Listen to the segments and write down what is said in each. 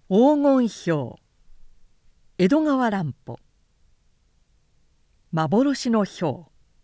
黄金豹、江戸川乱歩、幻の豹。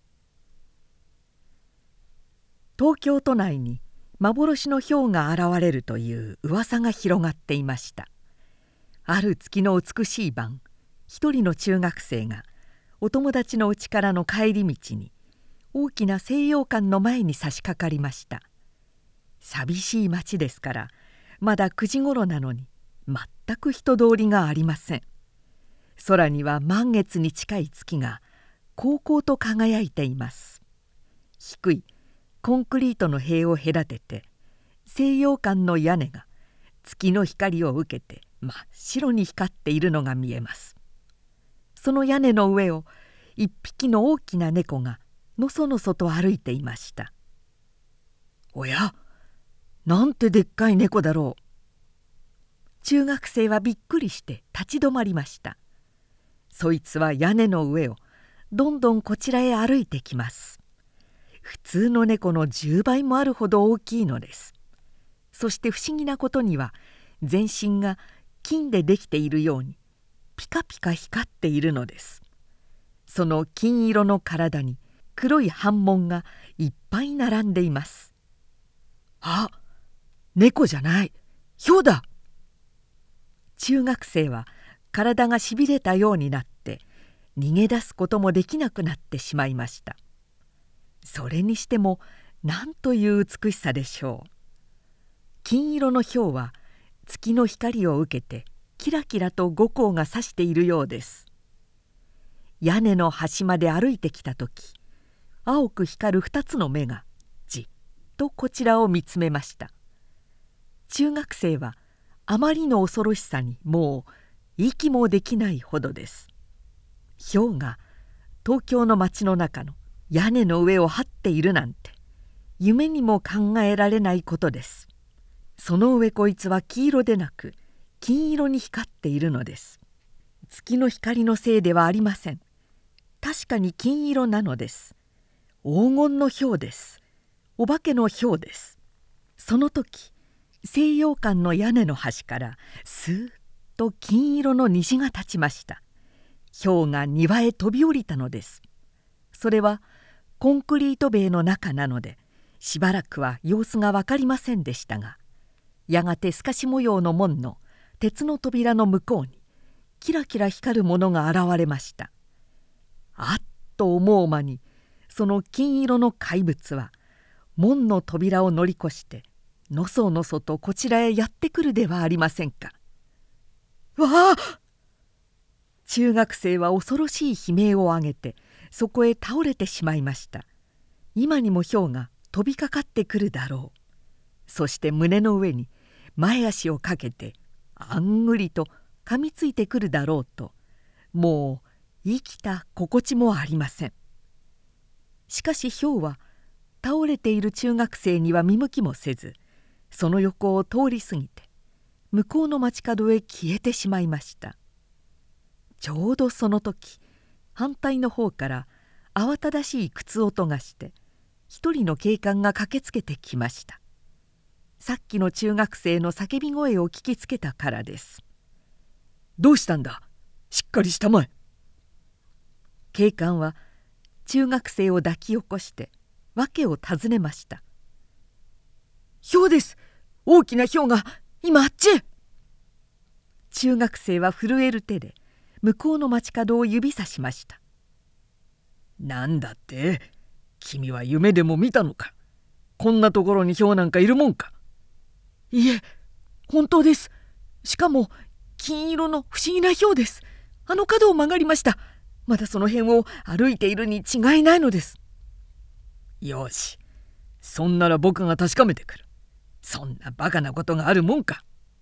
東京都内に幻の豹が現れるという噂が広がっていました。ある月の美しい晩、一人の中学生がお友達の家からの帰り道に大きな西洋館の前に差し掛かりました。寂しい街ですからまだ9時ごろなのに全く人通りがありません。空には満月に近い月がこうこうと輝いています。低いコンクリートの塀を隔てて西洋館の屋根が月の光を受けて真っ白に光っているのが見えます。その屋根の上を一匹の大きな猫がのそのそと歩いていました。おや、なんてでっかい猫だろう。中学生はびっくりして立ち止まりました。そいつは屋根の上をどんどんこちらへ歩いてきます。普通の猫の10倍もあるほど大きいのです。そして不思議なことには全身が金でできているようにピカピカ光っているのです。その金色の体に黒い斑紋がいっぱい並んでいます。あ、猫じゃない、豹だ。中学生は体がしびれたようになって逃げ出すこともできなくなってしまいました。それにしてもなんという美しさでしょう。金色の豹は月の光を受けてキラキラと五光が差しているようです。屋根の端まで歩いてきた時、青く光る2つの目がじっとこちらを見つめました。中学生はあまりの恐ろしさにもう息もできないほどです。豹が東京の街の中の屋根の上を這っているなんて夢にも考えられないことです。その上こいつは黄色でなく金色に光っているのです。月の光のせいではありません。確かに金色なのです。黄金の豹です。お化けの豹です。その時西洋館の屋根の端からスーッと金色の虹が立ちました。豹が庭へ飛び降りたのです。それはコンクリート塀の中なのでしばらくは様子が分かりませんでしたが、やがて透かし模様の門の鉄の扉の向こうにキラキラ光るものが現れました。あっと思う間にその金色の怪物は門の扉を乗り越してのそのそとこちらへやってくるではありませんか。わあ！中学生は恐ろしい悲鳴を上げてそこへ倒れてしまいました。今にも豹が飛びかかってくるだろう。そして胸の上に前足をかけてあんぐりと噛みついてくるだろうと、もう生きた心地もありません。しかし豹は倒れている中学生には見向きもせず、その横を通り過ぎて向こうの街角へ消えてしまいました。ちょうどその時、反対の方から慌ただしい靴音がして一人の警官が駆けつけてきました。さっきの中学生の叫び声を聞きつけたからです。どうしたんだ、しっかりしたまえ。警官は中学生を抱き起こして訳を尋ねました。豹です、大きな豹が今あっちへ。中学生は震える手で向こうの街角を指さしました。なんだって、君は夢でも見たのか。こんなところに豹なんかいるもんか。いえ、本当です。しかも金色の不思議な豹です。あの角を曲がりました。まだその辺を歩いているに違いないのです。よし、そんなら僕が確かめてくる。そんなバカなことがあるもんか。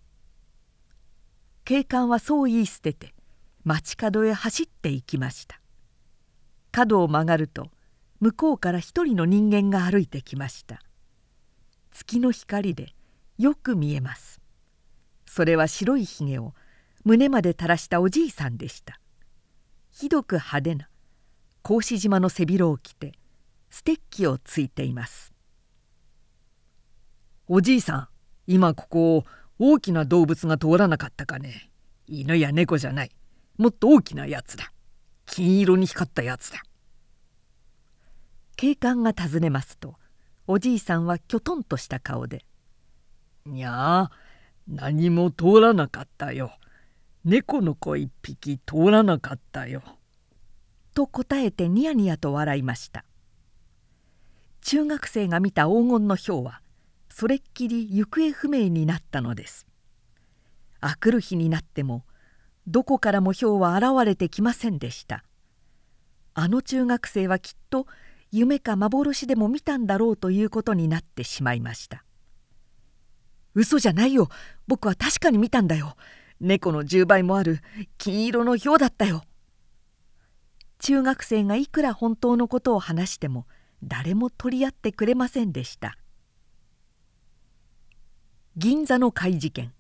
警官はそう言い捨てて街角へ走って行きました。角を曲がると向こうから一人の人間が歩いてきました。月の光でよく見えます。それは白いひげを胸まで垂らしたおじいさんでした。ひどく派手な格子島の背広を着てステッキをついています。おじいさん、今ここ大きな動物が通らなかったかね。犬や猫じゃない。もっと大きなやつだ。金色に光ったやつだ。 警官が尋ねますと、おじいさんはきょとんとした顔で、 にゃあ、何も通らなかったよ。猫の子一匹通らなかったよ。 と答えてニヤニヤと笑いました。中学生が見た黄金のヒョウはそれっきり行方不明になったのです。あくる日になってもどこからもヒョウは現れてきませんでした。あの中学生はきっと夢か幻でも見たんだろうということになってしまいました。嘘じゃないよ、僕は確かに見たんだよ。猫の10倍もある金色のヒョウだったよ。中学生がいくら本当のことを話しても誰も取り合ってくれませんでした。銀座の怪事件。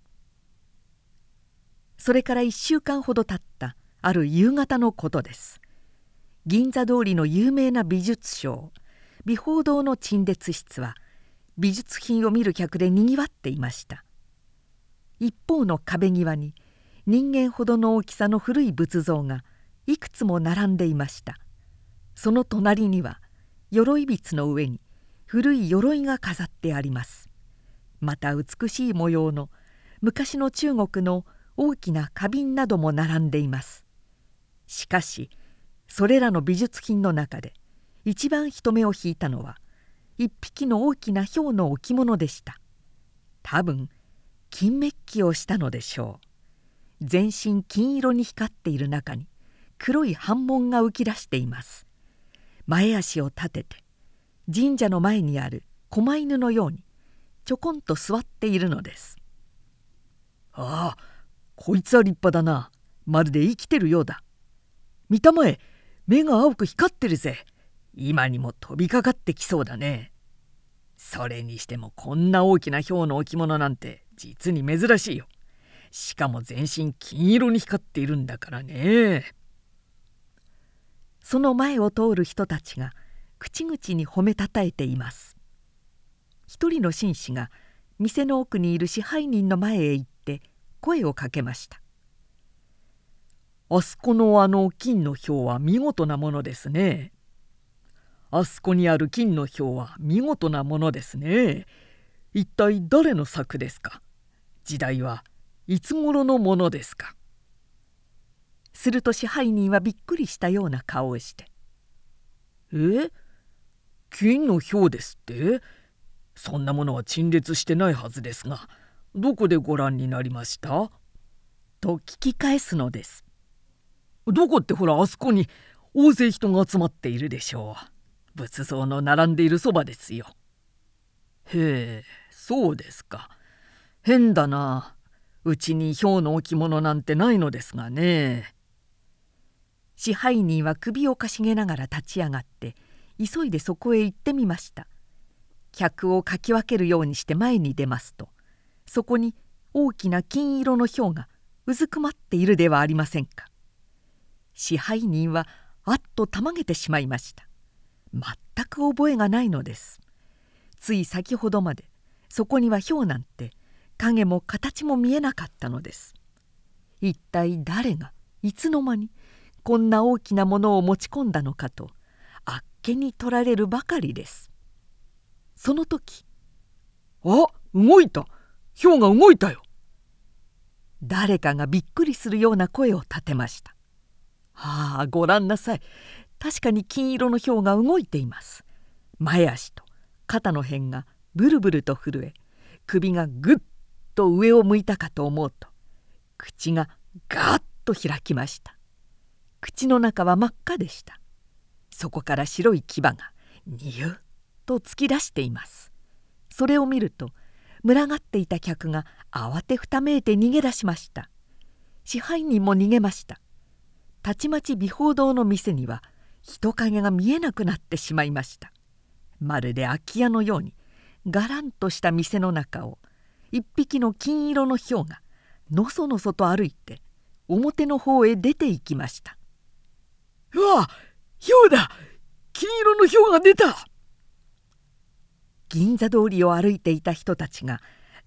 それから1週間ほど経ったある夕方のことです。銀座通りの有名な美術商美宝堂の陳列室は美術品を見る客でにぎわっていました。一方の壁際に人間ほどの大きさの古い仏像がいくつも並んでいました。その隣には鎧櫃の上に古い鎧が飾ってあります。また美しい模様の昔の中国の大きな花瓶なども並んでいます。しかしそれらの美術品の中で一番人目を引いたのは一匹の大きなヒョウの置物でした。多分金メッキをしたのでしょう。全身金色に光っている中に黒い斑紋が浮き出しています。前足を立てて神社の前にある狛犬のようにちょこんと座っているのです。 ああ、こいつは立派だな。まるで生きてるようだ。見たまえ、目が青く光ってるぜ。今にも飛びかかってきそうだね。それにしてもこんな大きなヒョウの置物なんて実に珍しいよ。しかも全身金色に光っているんだからね。 その前を通る人たちが口々に褒めたたえています。一人の紳士が店の奥にいる支配人の前へ行って声をかけました。 あそこのあの金のヒョウは見事なものですね。あそこにある金のヒョウは見事なものですね。一体誰の作ですか。時代はいつ頃のものですか。 すると支配人はびっくりしたような顔をして「 金のヒョウですって？そんなものは陳列してないはずですが、どこでご覧になりました？」 と聞き返すのです。 どこってほら、あそこに大勢人が集まっているでしょう。仏像の並んでいるそばですよ。へえ、そうですか。変だな。うちにヒョウの置物なんてないのですがね。 支配人は首をかしげながら立ち上がって急いでそこへ行ってみました。客をかき分けるようにして前に出ますと、そこに大きな金色のヒョウがうずくまっているではありませんか。支配人はあっとたまげてしまいました。全く覚えがないのです。つい先ほどまでそこにはヒョウなんて影も形も見えなかったのです。一体誰がいつの間にこんな大きなものを持ち込んだのかとあっけに取られるばかりです。その時、 あ、動いた。ヒョウが動いたよ。 誰かがびっくりするような声を立てました。ああ、ご覧なさい。確かに金色のヒョウが動いています。前足と肩の辺がブルブルと震え、首がぐっと上を向いたかと思うと、口がガーッと開きました。口の中は真っ赤でした。そこから白い牙がにゆっと突き出しています。それを見ると群がっていた客が慌てふためいて逃げ出しました。支配人も逃げました。たちまち美宝堂の店には人影が見えなくなってしまいました。まるで空き家のようにがらんとした店の中を一匹の金色のヒョウがのそのそと歩いて表の方へ出て行きました。 うわ、ヒョウだ。金色のヒョウが出た。 銀座通りを歩いていた人たちが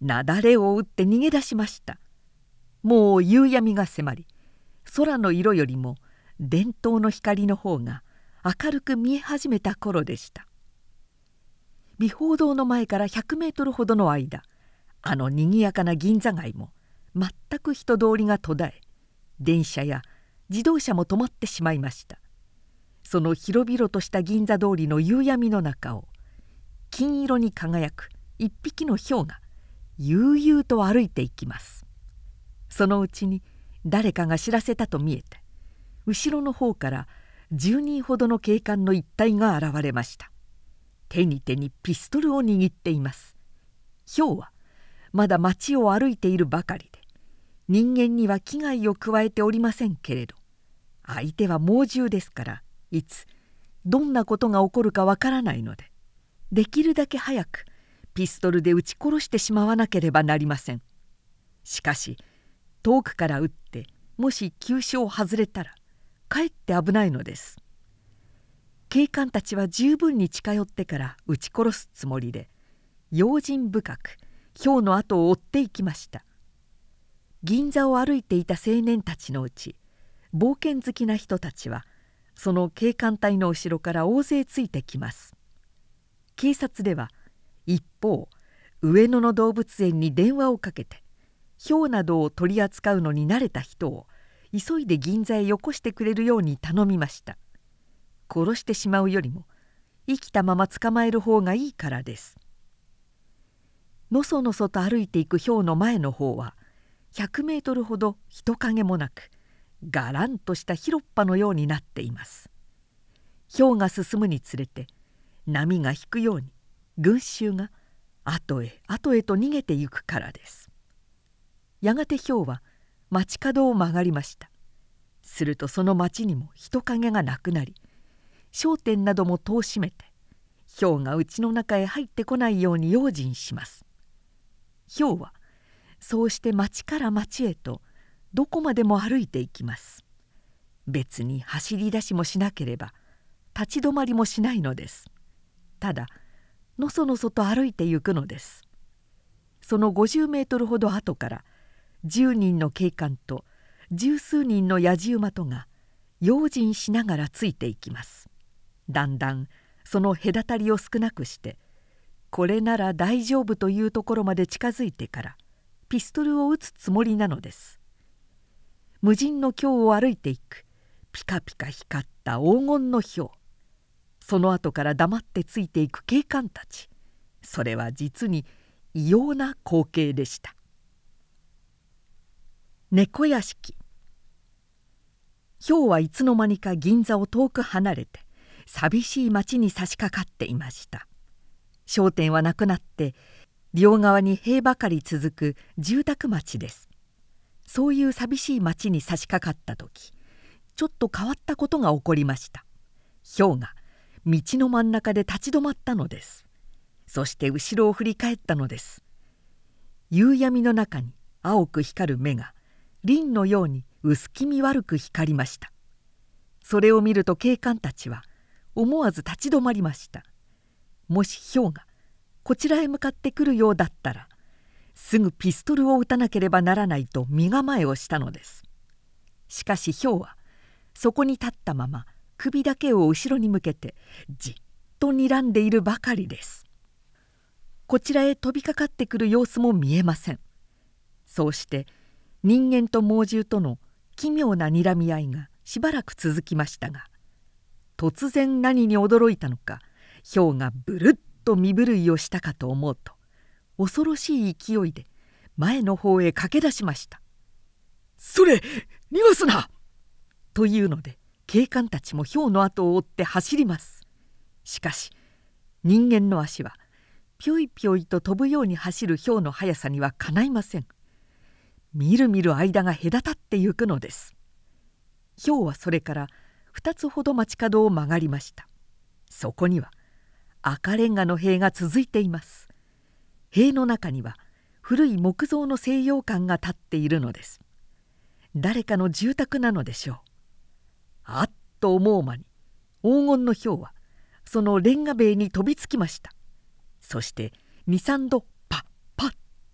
雪崩を打って逃げ出しました。もう夕闇が迫り、空の色よりも電灯の光の方が明るく見え始めた頃でした。美宝堂の前から100メートルほどの間、あのにぎやかな銀座街も全く人通りが途絶え、電車や自動車も止まってしまいました。その広々とした銀座通りの夕闇の中を、金色に輝く一匹のヒョウが悠々と歩いていきます。そのうちに誰かが知らせたと見えて、後ろの方から10人ほどの警官の一隊が現れました。手にピストルを握っています。ヒョウはまだ街を歩いているばかりで、人間には危害を加えておりませんけれど、相手は猛獣ですから、いつどんなことが起こるかわからないので、できるだけ早くピストルで撃ち殺してしまわなければなりません。しかし遠くから撃ってもし急所を外れたらかえって危ないのです。警官たちは十分に近寄ってから撃ち殺すつもりで、用心深くヒョウの後を追っていきました。銀座を歩いていた青年たちのうち、冒険好きな人たちはその警官隊の後ろから大勢ついてきます。警察では一方、上野の動物園に電話をかけて、ヒョウなどを取り扱うのに慣れた人を急いで銀座へよこしてくれるように頼みました。殺してしまうよりも生きたまま捕まえる方がいいからです。のそのそと歩いていくヒョウの前の方は100メートルほど人影もなく、がらんとした広っ端のようになっています。ヒョウが進むにつれて波が引くように群衆が後へ後へと逃げてゆくからです。やがてヒョウは街角を曲がりました。するとその街にも人影がなくなり、商店なども戸を閉めて、ヒョウが家の中へ入ってこないように用心します。ヒョウはそうして町から町へとどこまでも歩いていきます。別に走り出しもしなければ立ち止まりもしないのです。ただのそのそと歩いてゆくのです。その50メートルほど後から10人の警官と十数人のやじ馬とが用心しながらついていきます。だんだんその隔たりを少なくして、これなら大丈夫というところまで近づいてからピストルを撃つつもりなのです。無人の京を歩いていくピカピカ光った黄金のヒョウ、その後から黙ってついていく警官たち、それは実に異様な光景でした。猫屋敷。ヒョウはいつの間にか銀座を遠く離れて寂しい町に差し掛かっていました。商店はなくなって両側に塀ばかり続く住宅町です。そういう寂しい町に差し掛かった時、ちょっと変わったことが起こりました。ヒョウが道の真ん中で立ち止まったのです。そして後ろを振り返ったのです。夕闇の中に青く光る目が輪のように薄気味悪く光りました。それを見ると警官たちは思わず立ち止まりました。もしヒョウがこちらへ向かってくるようだったら、すぐピストルを撃たなければならないと身構えをしたのです。しかしヒョウはそこに立ったまま首だけを後ろに向けてじっと睨んでいるばかりです。こちらへ飛びかかってくる様子も見えません。そうして人間と猛獣との奇妙な睨み合いがしばらく続きましたが、突然何に驚いたのか、ヒョウがブルッと身震いをしたかと思うと、恐ろしい勢いで前の方へ駆け出しました。 それ、逃がすな! というので警官たちもヒョウの後を追って走ります。しかし人間の足はぴょいぴょいと飛ぶように走るヒョウの速さにはかないません。みるみる間が隔たってゆくのです。ヒョウはそれから2つほど街角を曲がりました。そこには赤レンガの塀が続いています。塀の中には古い木造の西洋館が建っているのです。誰かの住宅なのでしょう。あっと思う間に黄金のヒョウはそのレンガ塀に飛びつきました。そして 2,3 度パッパッ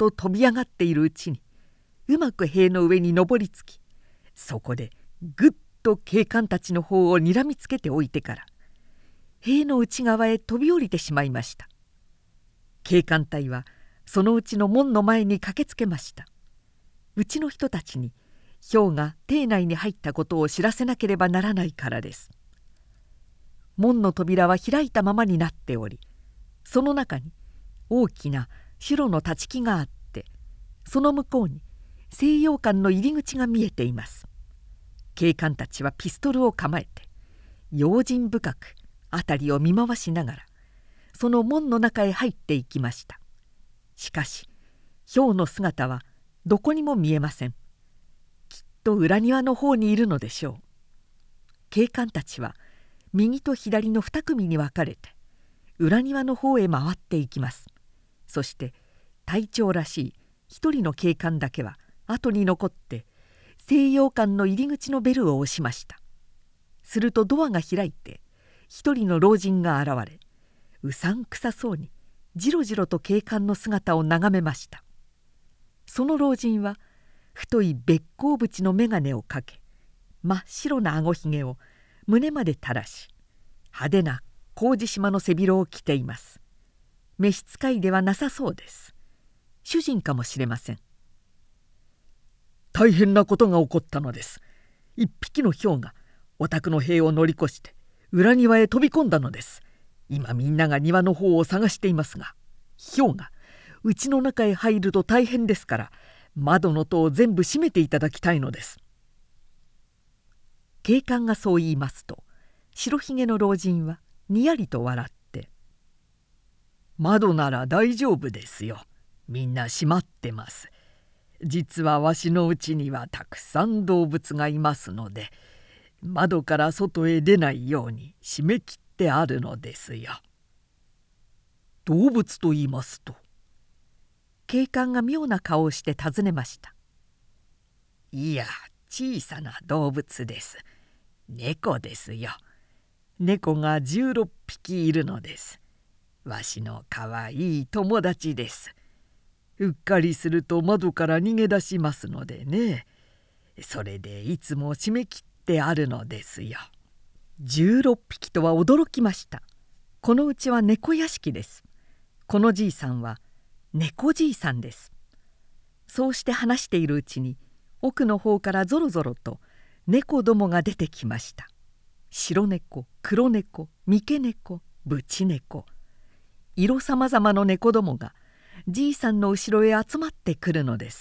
と飛び上がっているうちにうまく塀の上に登りつき、そこでぐっと警官たちの方をにらみつけておいてから塀の内側へ飛び降りてしまいました。警官隊はそのうちの門の前に駆けつけました。うちの人たちに豹が邸内に入ったことを知らせなければならないからです。門の扉は開いたままになっており、その中に大きな白の立ち木があって、その向こうに西洋館の入り口が見えています。警官たちはピストルを構えて用心深く辺りを見回しながらその門の中へ入っていきました。しかし豹の姿はどこにも見えません。きっと裏庭の方にいるのでしょう。警官たちは右と左の2組に分かれて裏庭の方へ回っていきます。そして隊長らしい一人の警官だけは後に残って西洋館の入り口のベルを押しました。するとドアが開いて一人の老人が現れ、うさんくさそうにじろじろと警官の姿を眺めました。その老人は太いべっ甲縁の眼鏡をかけ、真っ白なあごひげを胸まで垂らし、派手な麹島の背広を着ています。召使いではなさそうです。主人かもしれません。 大変なことが起こったのです。一匹の豹がお宅の塀を乗り越して裏庭へ飛び込んだのです。今みんなが庭の方を探していますが、豹がうちの中へ入ると大変ですから、窓の戸を全部閉めていただきたいのです。 警官がそう言いますと、白ひげの老人はにやりと笑って 「窓なら大丈夫ですよ。みんな閉まってます。実はわしのうちにはたくさん動物がいますので、窓から外へ出ないように閉め切ってあるのですよ。」動物と言いますと？ 警官が妙な顔をして尋ねました。 いや、小さな動物です。猫ですよ。猫が16匹いるのです。わしのかわいい友達です。うっかりすると窓から逃げ出しますのでね。それでいつも閉め切ってあるのですよ。 16匹とは驚きました。このうちは猫屋敷です。このじいさんは猫じいさんです。そうして話しているうちに奥の方からぞろぞろと猫どもが出てきました。白猫、黒猫、三毛猫、ブチ猫、色さまざまの猫どもがじいさんの後ろへ集まってくるのです。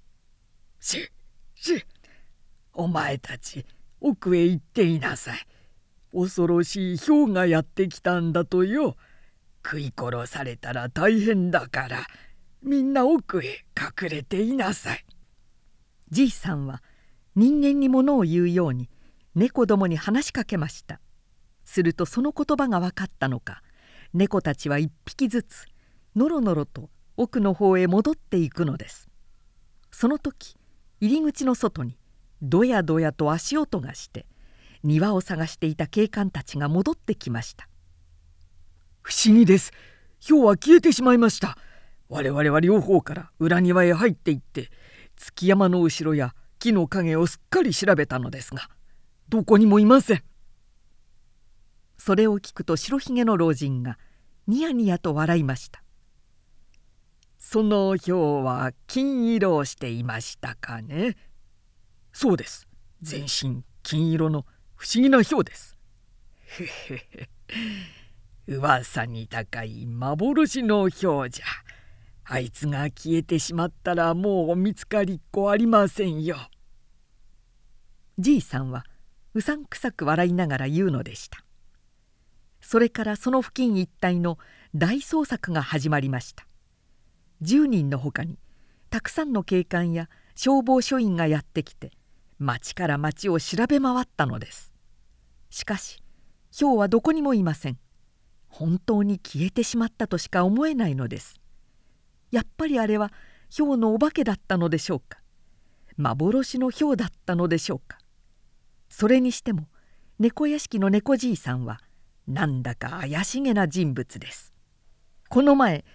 お前たち奥へ行っていなさい。恐ろしい豹がやってきたんだとよ。食い殺されたら大変だから、みんな奥へ隠れていなさい。 じいさんは人間にものを言うように猫どもに話しかけました。するとその言葉が分かったのか、猫たちは一匹ずつのろのろと奥の方へ戻っていくのです。その時入り口の外にどやどやと足音がして、庭を探していた警官たちが戻ってきました。 不思議です。豹は消えてしまいました。我々は両方から裏庭へ入っていって、築山の後ろや木の陰をすっかり調べたのですが、どこにもいません。 それを聞くと白ひげの老人がニヤニヤと笑いました。 その豹は金色をしていましたかね。そうです。全身金色の不思議な豹です。へへへ。噂に高い幻の豹じゃ。あいつが消えてしまったらもう見つかりっこありませんよ。 じいさんはうさんくさく笑いながら言うのでした。それからその付近一帯の大捜索が始まりました。10人のほかにたくさんの警官や消防署員がやってきて、町から町を調べ回ったのです。しかし豹はどこにもいません。本当に消えてしまったとしか思えないのです。やっぱりあれは豹のお化けだったのでしょうか。幻の豹だったのでしょうか。それにしても猫屋敷の猫じいさんはなんだか怪しげな人物です。この前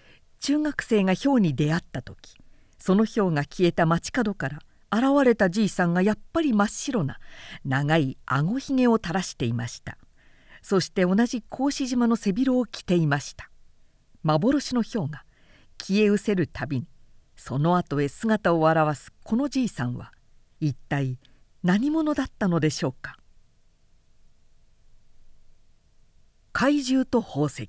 中学生がヒョウに出会った時、そのヒョウが消えた街角から現れたじいさんがやっぱり真っ白な長いあごひげを垂らしていました。そして同じ格子島の背広を着ていました。幻のヒョウが消え失せるたびにその後へ姿を現すこのじいさんは一体何者だったのでしょうか。怪獣と宝石。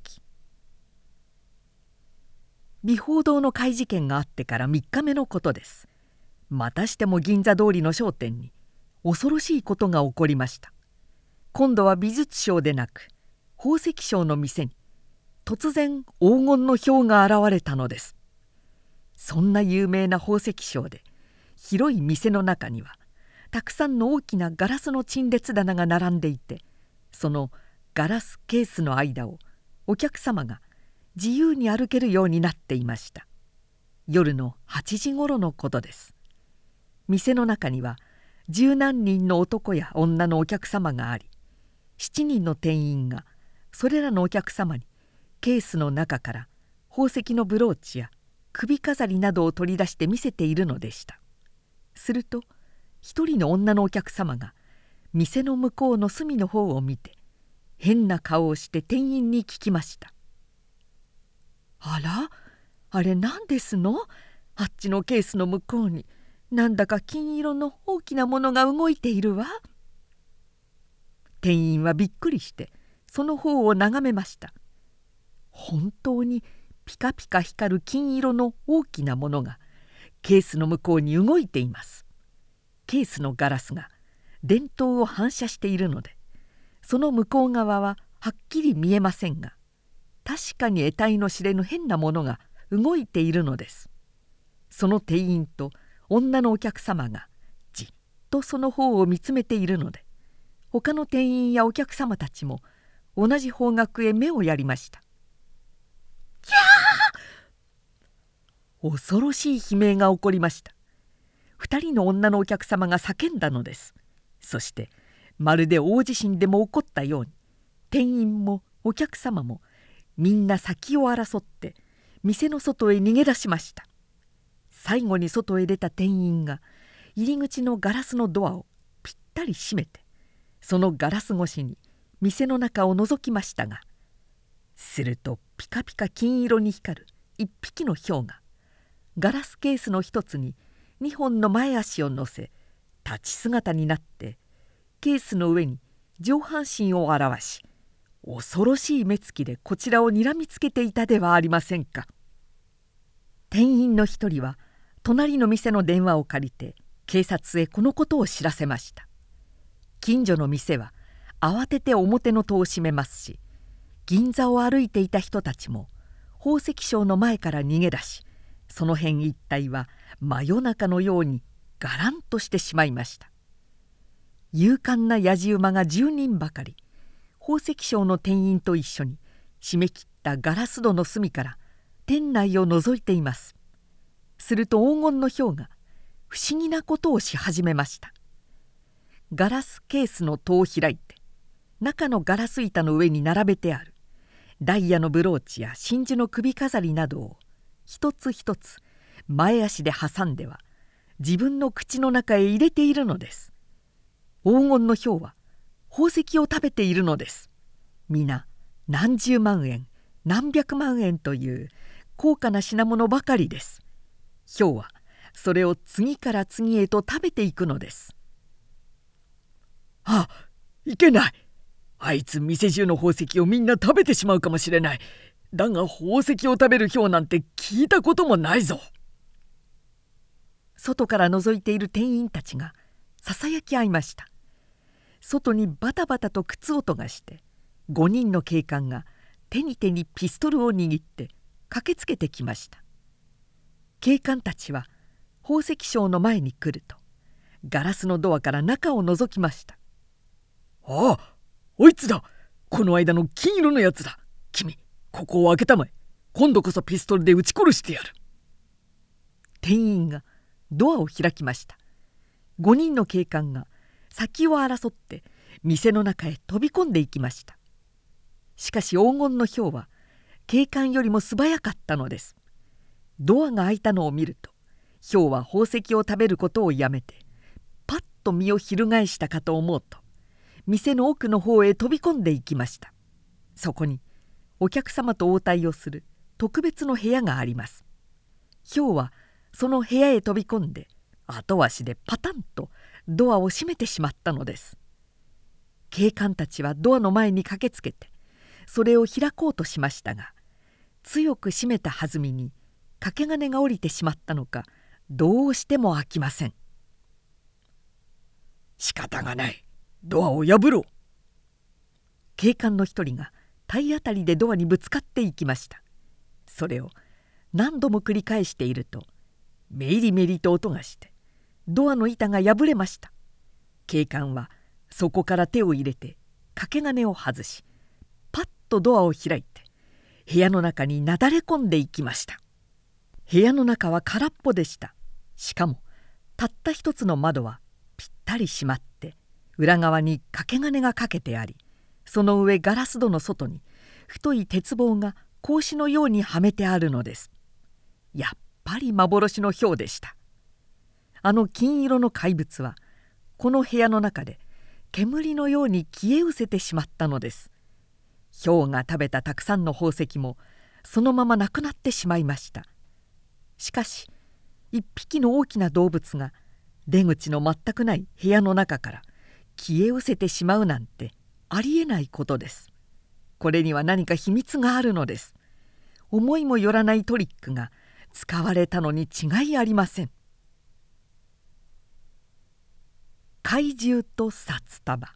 美宝堂の怪事件があってから3日目のことです。またしても銀座通りの商店に恐ろしいことが起こりました。今度は美術商でなく宝石商の店に突然黄金のヒョウが現れたのです。そんな有名な宝石商で広い店の中にはたくさんの大きなガラスの陳列棚が並んでいて、そのガラスケースの間をお客様が自由に歩けるようになっていました。夜の8時ごろのことです。店の中には十何人の男や女のお客様があり、7人の店員がそれらのお客様にケースの中から宝石のブローチや首飾りなどを取り出して見せているのでした。すると一人の女のお客様が店の向こうの隅の方を見て変な顔をして店員に聞きました。あら、あれ何ですの？あっちのケースの向こうになんだか金色の大きなものが動いているわ。店員はびっくりしてその方を眺めました。本当にピカピカ光る金色の大きなものがケースの向こうに動いています。ケースのガラスが電灯を反射しているのでその向こう側ははっきり見えませんが、確かに得体の知れぬ変なものが動いているのです。その店員と女のお客様がじっとその方を見つめているので、他の店員やお客様たちも同じ方角へ目をやりました。キャー！恐ろしい悲鳴が起こりました。2人の女のお客様が叫んだのです。そしてまるで大地震でも起こったように店員もお客様もみんな先を争って店の外へ逃げ出しました。最後に外へ出た店員が入り口のガラスのドアをぴったり閉めてそのガラス越しに店の中を覗きましたが、するとピカピカ金色に光る一匹のヒョウがガラスケースの一つに2本の前足を乗せ立ち姿になってケースの上に上半身を現し恐ろしい目つきでこちらをにらみつけていたではありませんか。店員の一人は隣の店の電話を借りて警察へこのことを知らせました。近所の店は慌てて表の戸を閉めますし、銀座を歩いていた人たちも宝石商の前から逃げ出し、その辺一帯は真夜中のようにがらんとしてしまいました。勇敢なやじ馬が10人ばかり宝石商の店員と一緒に閉め切ったガラス戸の隅から店内を覗いています。すると黄金のヒョウが不思議なことをし始めました。ガラスケースの戸を開いて中のガラス板の上に並べてあるダイヤのブローチや真珠の首飾りなどを一つ一つ前足で挟んでは自分の口の中へ入れているのです。黄金のヒョウは宝石を食べているのです。皆何十万円何百万円という高価な品物ばかりです。ヒョウはそれを次から次へと食べていくのです。 あ、いけない。あいつ店中の宝石をみんな食べてしまうかもしれない。だが宝石を食べるヒョウなんて聞いたこともないぞ。 外から覗いている店員たちがささやき合いました。外にバタバタと靴音がして5人の警官が手にピストルを握って駆けつけてきました。警官たちは宝石商の前に来るとガラスのドアから中を覗きました。 ああ、おいつだ。この間の金色のやつだ。君、ここを開けたまえ。今度こそピストルで撃ち殺してやる。 店員がドアを開きました。5人の警官が先を争って店の中へ飛び込んでいきました。しかし黄金のヒョウは警官よりも素早かったのです。 ドアが開いたのを見ると、ヒョウは宝石を食べることをやめてパッと身を翻したかと思うと、店の奥の方へ飛び込んでいきました。そこにお客様と応対をする特別の部屋があります。ヒョウはその部屋へ飛び込んで、後足でパタンとドアを閉めてしまったのです。警官たちはドアの前に駆けつけてそれを開こうとしましたが、強く閉めたはずみに掛け金が下りてしまったのか、どうしても開きません。 仕方がない、ドアを破ろう。 警官の一人が体当たりでドアにぶつかっていきました。それを何度も繰り返していると、メリメリと音がしてドアの板が破れました。警官はそこから手を入れて掛け金を外し、パッとドアを開いて部屋の中になだれ込んでいきました。部屋の中は空っぽでした。しかもたった一つの窓はぴったり閉まって、裏側に掛け金がかけてあり、その上ガラス戸の外に太い鉄棒が格子のようにはめてあるのです。やっぱり幻のヒョウでした。あの金色の怪物はこの部屋の中で煙のように消え失せてしまったのです。ヒョウが食べたたくさんの宝石もそのままなくなってしまいました。しかし一匹の大きな動物が出口の全くない部屋の中から消え失せてしまうなんてありえないことです。これには何か秘密があるのです。思いもよらないトリックが使われたのに違いありません。怪獣と札束。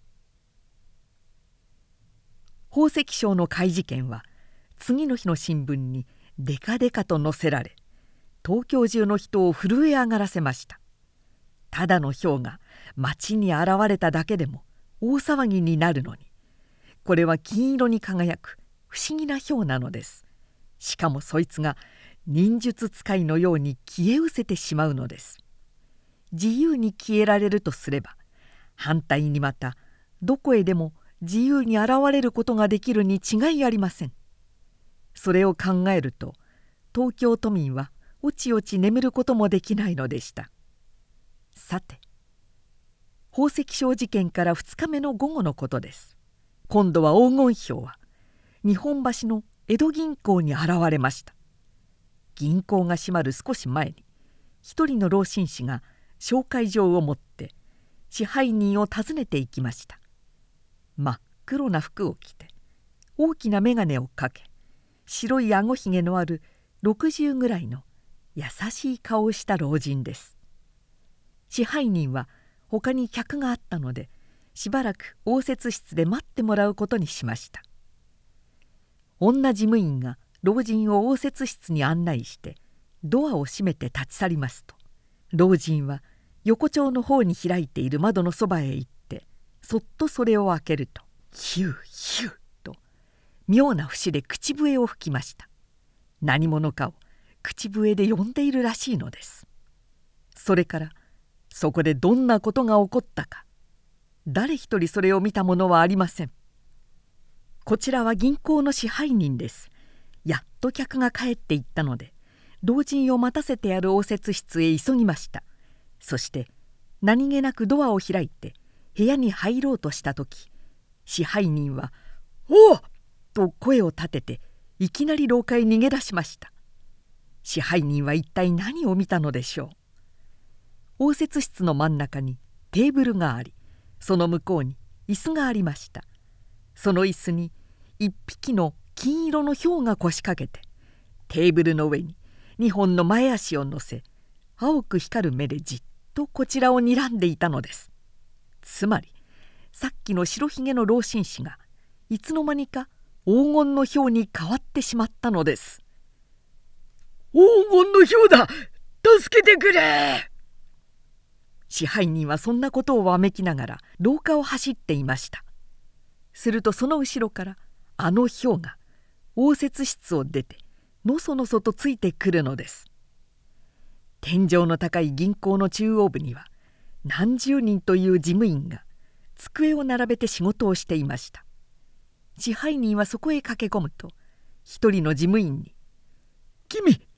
宝石商の怪事件は次の日の新聞にデカデカと載せられ、東京中の人を震え上がらせました。ただのヒョウが町に現れただけでも大騒ぎになるのに、これは金色に輝く不思議なヒョウなのです。しかもそいつが忍術使いのように消え失せてしまうのです。自由に消えられるとすれば、反対にまたどこへでも自由に現れることができるに違いありません。それを考えると、東京都民はおちおち眠ることもできないのでした。さて、宝石商事件から2日目の午後のことです。今度は黄金ヒョウは日本橋の江戸銀行に現れました。銀行が閉まる少し前に、一人の老紳士が紹介状を持って支配人を訪ねていきました。真っ黒な服を着て、大きな眼鏡をかけ、白いあごひげのある60ぐらいの優しい顔をした老人です。支配人は他に客があったので、しばらく応接室で待ってもらうことにしました。女事務員が老人を応接室に案内してドアを閉めて立ち去りますと、老人は横丁の方に開いている窓のそばへ行って、そっとそれを開けると、ヒューヒューと妙な節で口笛を吹きました。何者かを口笛で呼んでいるらしいのです。それからそこでどんなことが起こったか、誰一人それを見た者はありません。こちらは銀行の支配人です。やっと客が帰っていったので、老人を待たせてやる応接室へ急ぎました。そして何気なくドアを開いて部屋に入ろうとした時、支配人は「おお!」と声を立てていきなり廊下へ逃げ出しました。支配人は一体何を見たのでしょう。応接室の真ん中にテーブルがあり、その向こうに椅子がありました。その椅子に一匹の金色のヒョウが腰掛けて、テーブルの上に2本の前足を乗せ、青く光る目でじっとこちらを睨んでいたのです。つまりさっきの白ひげの老紳士がいつの間にか黄金のヒョウに変わってしまったのです。 黄金のヒョウだ、助けてくれ。 支配人はそんなことをわめきながら廊下を走っていました。するとその後ろからあのヒョウが応接室を出てのそのそとついてくるのです。天井の高い銀行の中央部には何十人という事務員が机を並べて仕事をしていました。支配人はそこへ駆け込むと、一人の事務員に「君、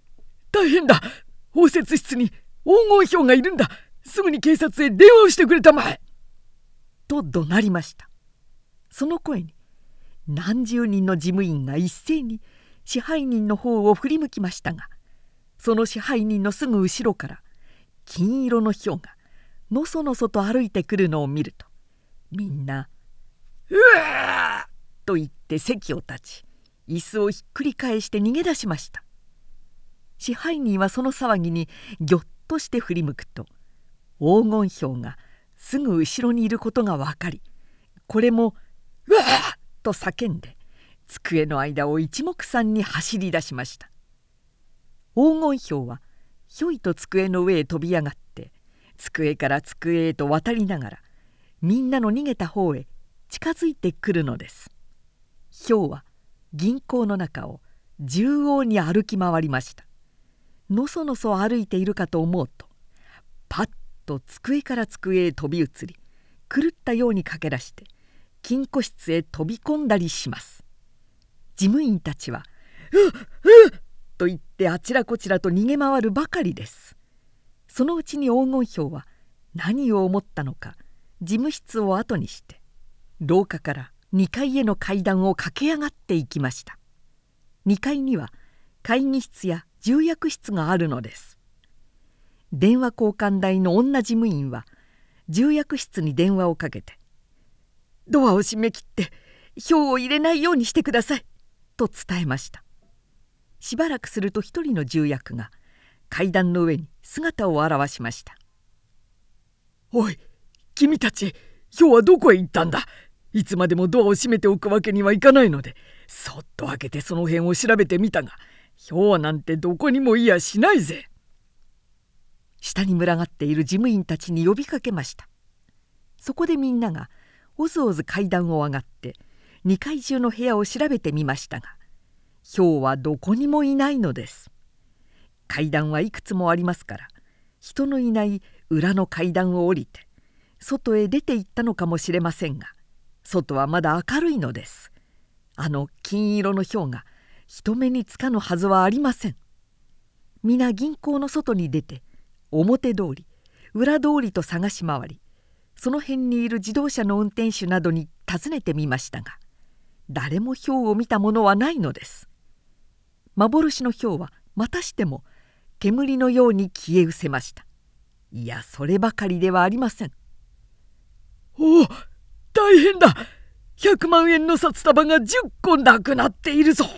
大変だ。応接室に黄金豹がいるんだ。すぐに警察へ電話をしてくれたまえ。 と怒鳴りました。その声に何十人の事務員が一斉に支配人の方を振り向きましたが、その支配人のすぐ後ろから金色の豹がのそのそと歩いてくるのを見ると、みんな「うわー!」と言って席を立ち、椅子をひっくり返して逃げ出しました。支配人はその騒ぎにぎょっとして振り向くと、黄金豹がすぐ後ろにいることが分かり、これも「うわー!」と叫んで机の間を一目散に走り出しました。黄金豹はひょいと机の上へ飛び上がって、机から机へと渡りながらみんなの逃げた方へ近づいてくるのです。豹は銀行の中を縦横に歩き回りました。のそのそ歩いているかと思うと、パッと机から机へ飛び移り、狂ったように駆け出して金庫室へ飛び込んだりします。事務員たちは「うっうっ!」と言ってあちらこちらと逃げ回るばかりです。そのうちに黄金豹は何を思ったのか、事務室を後にして廊下から2階への階段を駆け上がっていきました。2階には会議室や重役室があるのです。電話交換台の女事務員は重役室に電話をかけて「ドアを閉め切って豹を入れないようにしてください」と伝えました。しばらくすると一人の重役が階段の上に姿を現しました。 「おい、君たち、豹はどこへ行ったんだ。いつまでもドアを閉めておくわけにはいかないので、そっと開けてその辺を調べてみたが、豹なんてどこにもいやしないぜ。」 下に群がっている事務員たちに呼びかけました。そこでみんながおずおず階段を上がって2階中の部屋を調べてみましたが、豹はどこにもいないのです。階段はいくつもありますから、人のいない裏の階段を降りて外へ出て行ったのかもしれませんが、外はまだ明るいのです。あの金色の豹が人目につかぬはずはありません。皆銀行の外に出て表通り裏通りと探し回り、その辺にいる自動車の運転手などに尋ねてみましたが、誰も豹を見たものはないのです。幻の豹はまたしても煙のように消え失せました。いや、そればかりではありません。 おお、大変だ。100万円の札束が10個なくなっているぞ。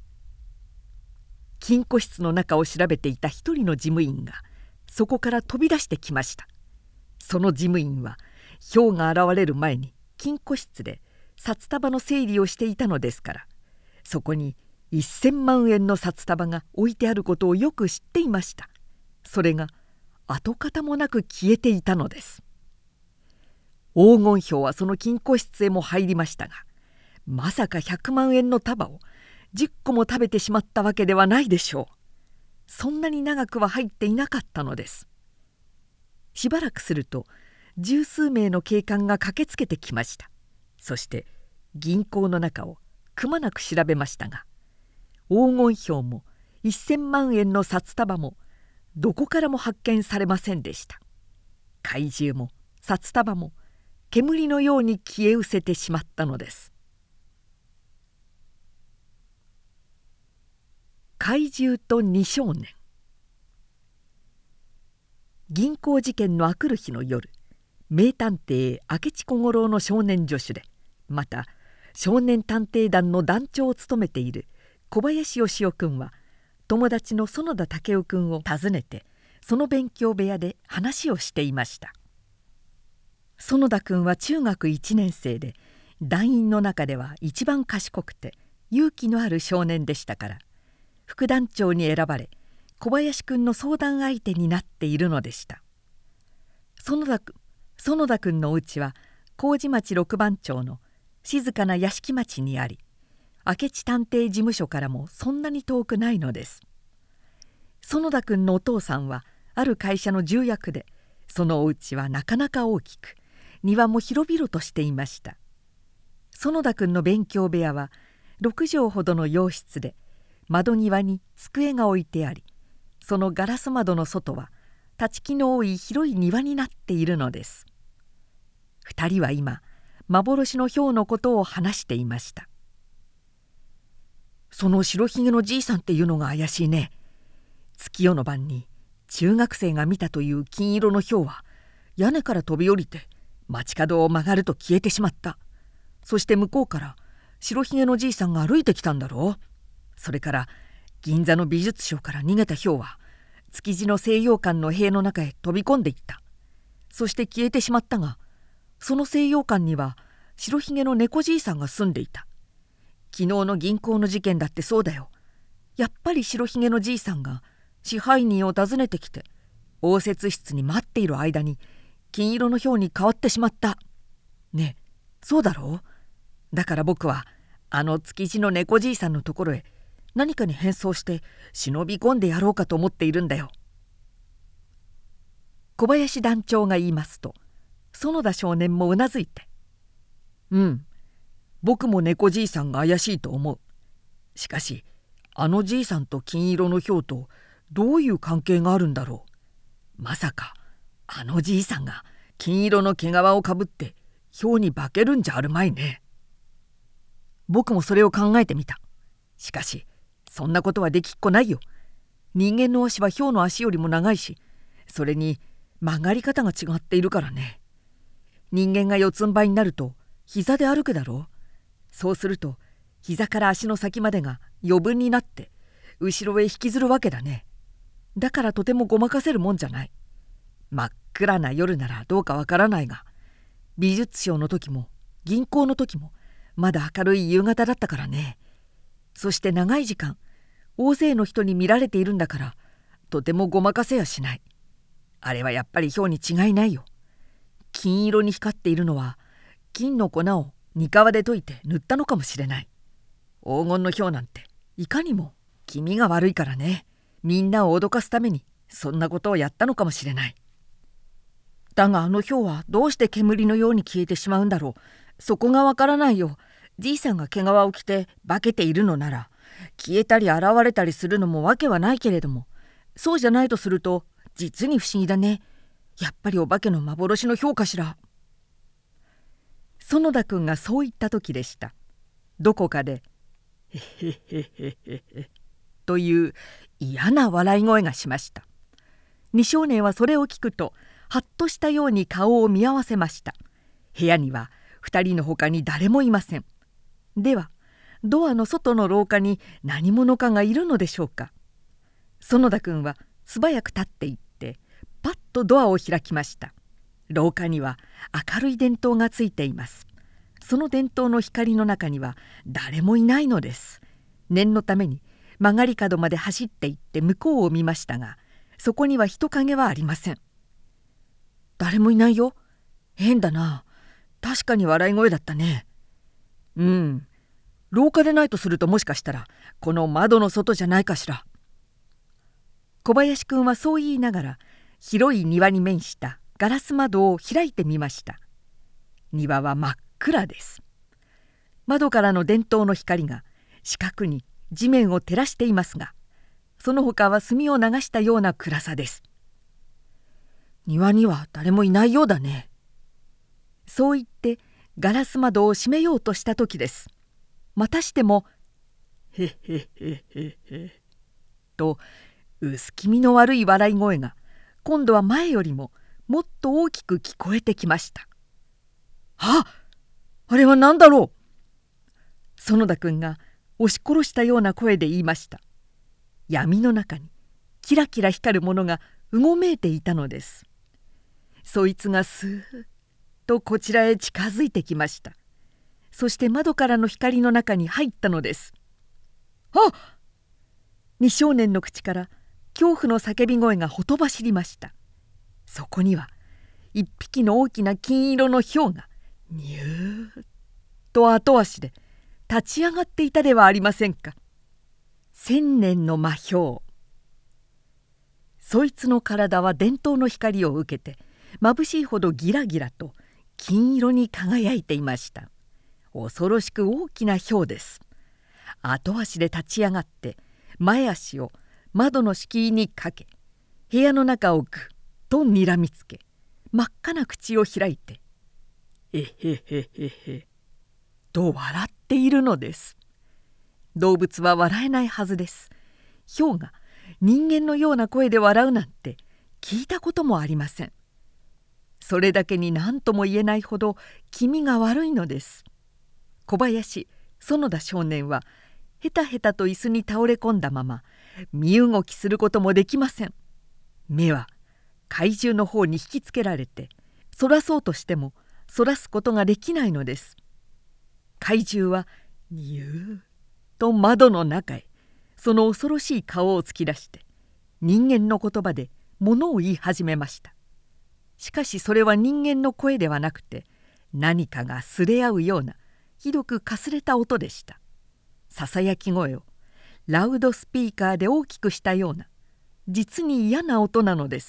金庫室の中を調べていた一人の事務員がそこから飛び出してきました。その事務員は豹が現れる前に金庫室で札束の整理をしていたのですから、そこに1000万円の札束が置いてあることをよく知っていました。それが跡形もなく消えていたのです。黄金豹はその金庫室へも入りましたが、まさか100万円の束を10個も食べてしまったわけではないでしょう。そんなに長くは入っていなかったのです。しばらくすると十数名の警官が駆けつけてきました。そして銀行の中をくまなく調べましたが、黄金豹も1000万円の札束もどこからも発見されませんでした。怪獣も札束も煙のように消え失せてしまったのです。怪獣と2少年。銀行事件のあくる日の夜、名探偵明智小五郎の少年助手で、また少年探偵団の団長を務めている小林義雄君は友達の園田武雄君を訪ねて、その勉強部屋で話をしていました。園田君は中学1年生で、団員の中では一番賢くて勇気のある少年でしたから、副団長に選ばれ小林君の相談相手になっているのでした。園田君のお家は麹町六番町の静かな屋敷町にあり、明智探偵事務所からもそんなに遠くないのです。園田君のお父さんはある会社の重役で、そのお家はなかなか大きく、庭も広々としていました。園田君の勉強部屋は6畳ほどの洋室で、窓際に机が置いてあり、 そのガラス窓の外は立ち木の多い広い庭になっているのです。2人は今幻のヒョウのことを話していました。 その白ひげのじいさんっていうのが怪しいね。月夜の晩に中学生が見たという金色のヒョウは屋根から飛び降りて街角を曲がると消えてしまった。そして向こうから白ひげのじいさんが歩いてきたんだろう。それから銀座の美術商から逃げたヒョウは築地の西洋館の塀の中へ飛び込んでいった。そして消えてしまったが、その西洋館には白ひげの猫じいさんが住んでいた。昨日の銀行の事件だってそうだよ。やっぱり白ひげのじいさんが支配人を訪ねてきて応接室に待っている間に金色のヒョウに変わってしまった。ねえ、そうだろう。だから僕はあの築地の猫じいさんのところへ何かに変装して忍び込んでやろうかと思っているんだよ。 小林団長が言いますと、園田少年もうなずいて、 僕も猫じいさんが怪しいと思う。しかしあのじいさんと金色のヒョウとどういう関係があるんだろう。まさかあのじいさんが金色の毛皮をかぶってヒョウに化けるんじゃあるまいね。僕もそれを考えてみた。しかしそんなことはできっこないよ。人間の足はヒョウの足よりも長いし、それに曲がり方が違っているからね。人間が四つん這いになると膝で歩くだろう。そうすると膝から足の先までが余分になって後ろへ引きずるわけだね。だからとてもごまかせるもんじゃない。真っ暗な夜ならどうかわからないが、美術商の時も銀行の時もまだ明るい夕方だったからね。そして長い時間大勢の人に見られているんだから、とてもごまかせやしない。あれはやっぱりヒョウに違いないよ。金色に光っているのは金の粉をにかわで溶いて塗ったのかもしれない。黄金のヒョウなんていかにも気味が悪いからね。みんなを脅かすためにそんなことをやったのかもしれない。だがあのヒョウはどうして煙のように消えてしまうんだろう。そこがわからないよ。じいさんが毛皮を着て化けているのなら、消えたり現れたりするのもわけはないけれども、そうじゃないとすると実に不思議だね。やっぱりお化けの幻のヒョウかしら。園田君がそう言った時でした。どこかで「へへへへへへ」という嫌な笑い声がしました。二少年はそれを聞くとはっとしたように顔を見合わせました。部屋には2人のほかに誰もいません。ではドアの外の廊下に何者かがいるのでしょうか。園田君は素早く立っていってパッとドアを開きました。廊下には明るい電灯がついています。その電灯の光の中には誰もいないのです。念のために曲がり角まで走って行って向こうを見ましたが、そこには人影はありません。誰もいないよ。変だな。確かに笑い声だったね。廊下でないとすると、もしかしたらこの窓の外じゃないかしら。小林くんはそう言いながら広い庭に面したガラス窓を開いてみました。庭は真っ暗です。窓からの電灯の光が四角に地面を照らしていますが、その他は墨を流したような暗さです。庭には誰もいないようだね。そう言ってガラス窓を閉めようとした時です。またしても「へへへへへ」と薄気味の悪い笑い声が今度は前よりももっと大きく聞こえてきました。あれは何だろう。園田君が押し殺したような声で言いました。闇の中にキラキラ光るものがうごめいていたのです。そいつがスーッとこちらへ近づいてきました。そして窓からの光の中に入ったのです。二少年の口から恐怖の叫び声がほとばしりました。そこには一匹の大きな金色のヒョウがニューッと後足で立ち上がっていたではありませんか。千年の魔ヒョウ。そいつの体は電灯の光を受けて眩しいほどギラギラと金色に輝いていました。恐ろしく大きなヒョウです。後足で立ち上がって前足を窓の敷居にかけ、部屋の中をぐっとにらみつけ、真っ赤な口を開いて「えへへへへ」と笑っているのです。動物は笑えないはずです。ヒョウが人間のような声で笑うなんて聞いたこともありません。それだけに何とも言えないほど気味が悪いのです。小林園田少年はヘタヘタと椅子に倒れ込んだまま身動きすることもできません。目は怪獣の方に引きつけられて、そらそうとしてもそらすことができないのです。怪獣はにゅーと窓の中へその恐ろしい顔を突き出して人間の言葉で物を言い始めました。しかしそれは人間の声ではなくて、何かがすれ合うようなひどくかすれた音でした。ささやき声をラウドスピーカーで大きくしたような実に嫌な音なのです。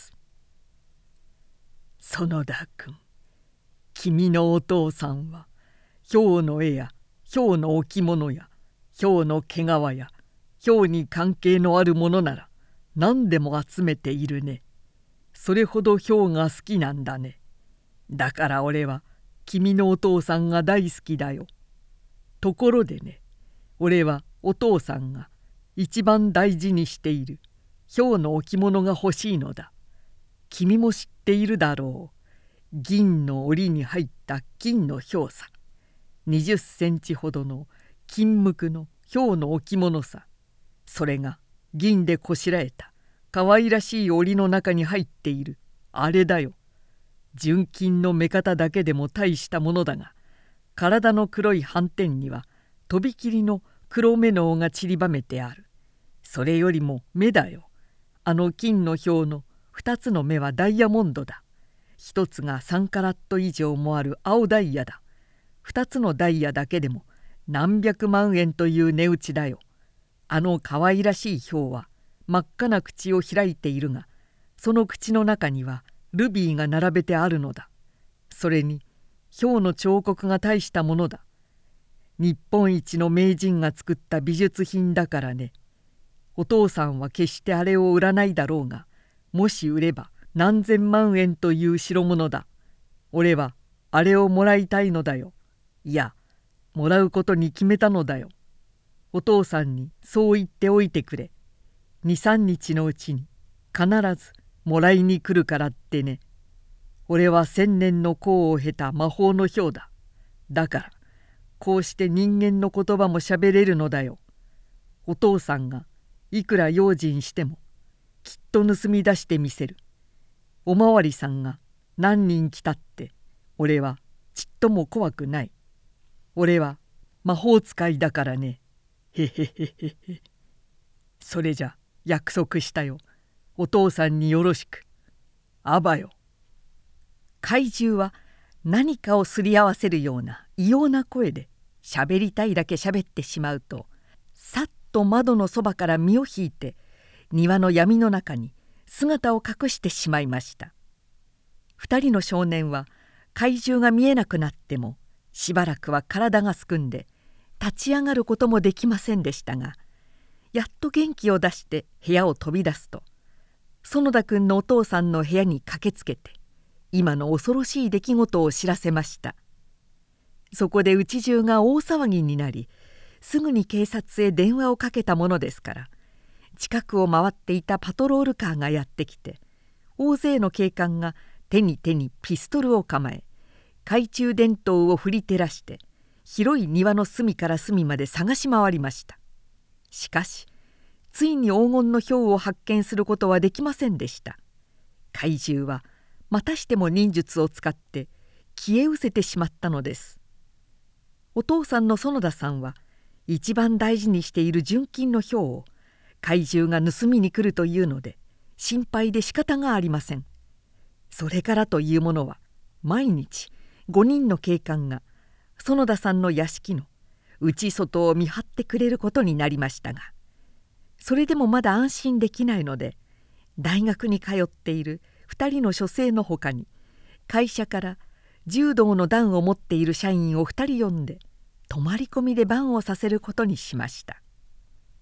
園田君、君のお父さんはヒョウの絵やヒョウの置物やヒョウの毛皮やヒョウに関係のあるものなら何でも集めているね。それほどヒョウが好きなんだね。だから俺は君のお父さんが大好きだよ。ところでね、俺はお父さんが一番大事にしているヒョウの置物が欲しいのだ。君も知っているだろう。銀の檻に入った金のヒョウさ。20センチほどの金無垢のヒョウの置物さ。それが銀でこしらえたかわいらしい檻の中に入っているあれだよ。純金の目方だけでも大したものだが、体の黒い斑点にはとびきりの黒目の緒が散りばめてある。それよりも目だよ。あの金のヒョウの2つの目はダイヤモンドだ。1つが3カラット以上もある青ダイヤだ。2つのダイヤだけでも何百万円という値打ちだよ。あのかわいらしいヒョウは真っ赤な口を開いているが、その口の中にはルビーが並べてあるのだ。それにヒョウの彫刻が大したものだ。日本一の名人が作った美術品だからね。お父さんは決してあれを売らないだろうが、もし売れば何千万円という代物だ。俺はあれをもらいたいのだよ。いや、もらうことに決めたのだよ。お父さんにそう言っておいてくれ。2、3日のうちに必ずもらいに来るからってね。俺は1000年の功を経た魔法のヒョウだ。だからこうして人間の言葉もしゃべれるのだよ。お父さんがいくら用心してもきっと盗み出してみせる。おまわりさんが何人来たって俺はちっとも怖くない。俺は魔法使いだからね。へへへへへ。それじゃ約束したよ。お父さんによろしく。あばよ。怪獣は何かをすり合わせるような異様な声でしゃべりたいだけしゃべってしまうと、さっと窓のそばから身を引いて庭の闇の中に姿を隠してしまいました。2人の少年は怪獣が見えなくなってもしばらくは体がすくんで立ち上がることもできませんでしたが、やっと元気を出して部屋を飛び出すと、園田君のお父さんの部屋に駆けつけて今の恐ろしい出来事を知らせました。そこで家中が大騒ぎになり、すぐに警察へ電話をかけたものですから、近くを回っていたパトロールカーがやってきて、大勢の警官が手にピストルを構え、懐中電灯を振り照らして広い庭の隅から隅まで探し回りました。しかしついに黄金のヒョウを発見することはできませんでした。怪獣はまたしても忍術を使って消え失せてしまったのです。お父さんの園田さんは一番大事にしている純金のヒョウを怪獣が盗みに来るというので心配で仕方がありません。それからというものは毎日5人の警官が園田さんの屋敷の内外を見張ってくれることになりましたが、それでもまだ安心できないので、大学に通っている2人の書生のほかに会社から柔道の段を持っている社員を2人呼んで泊まり込みで番をさせることにしました。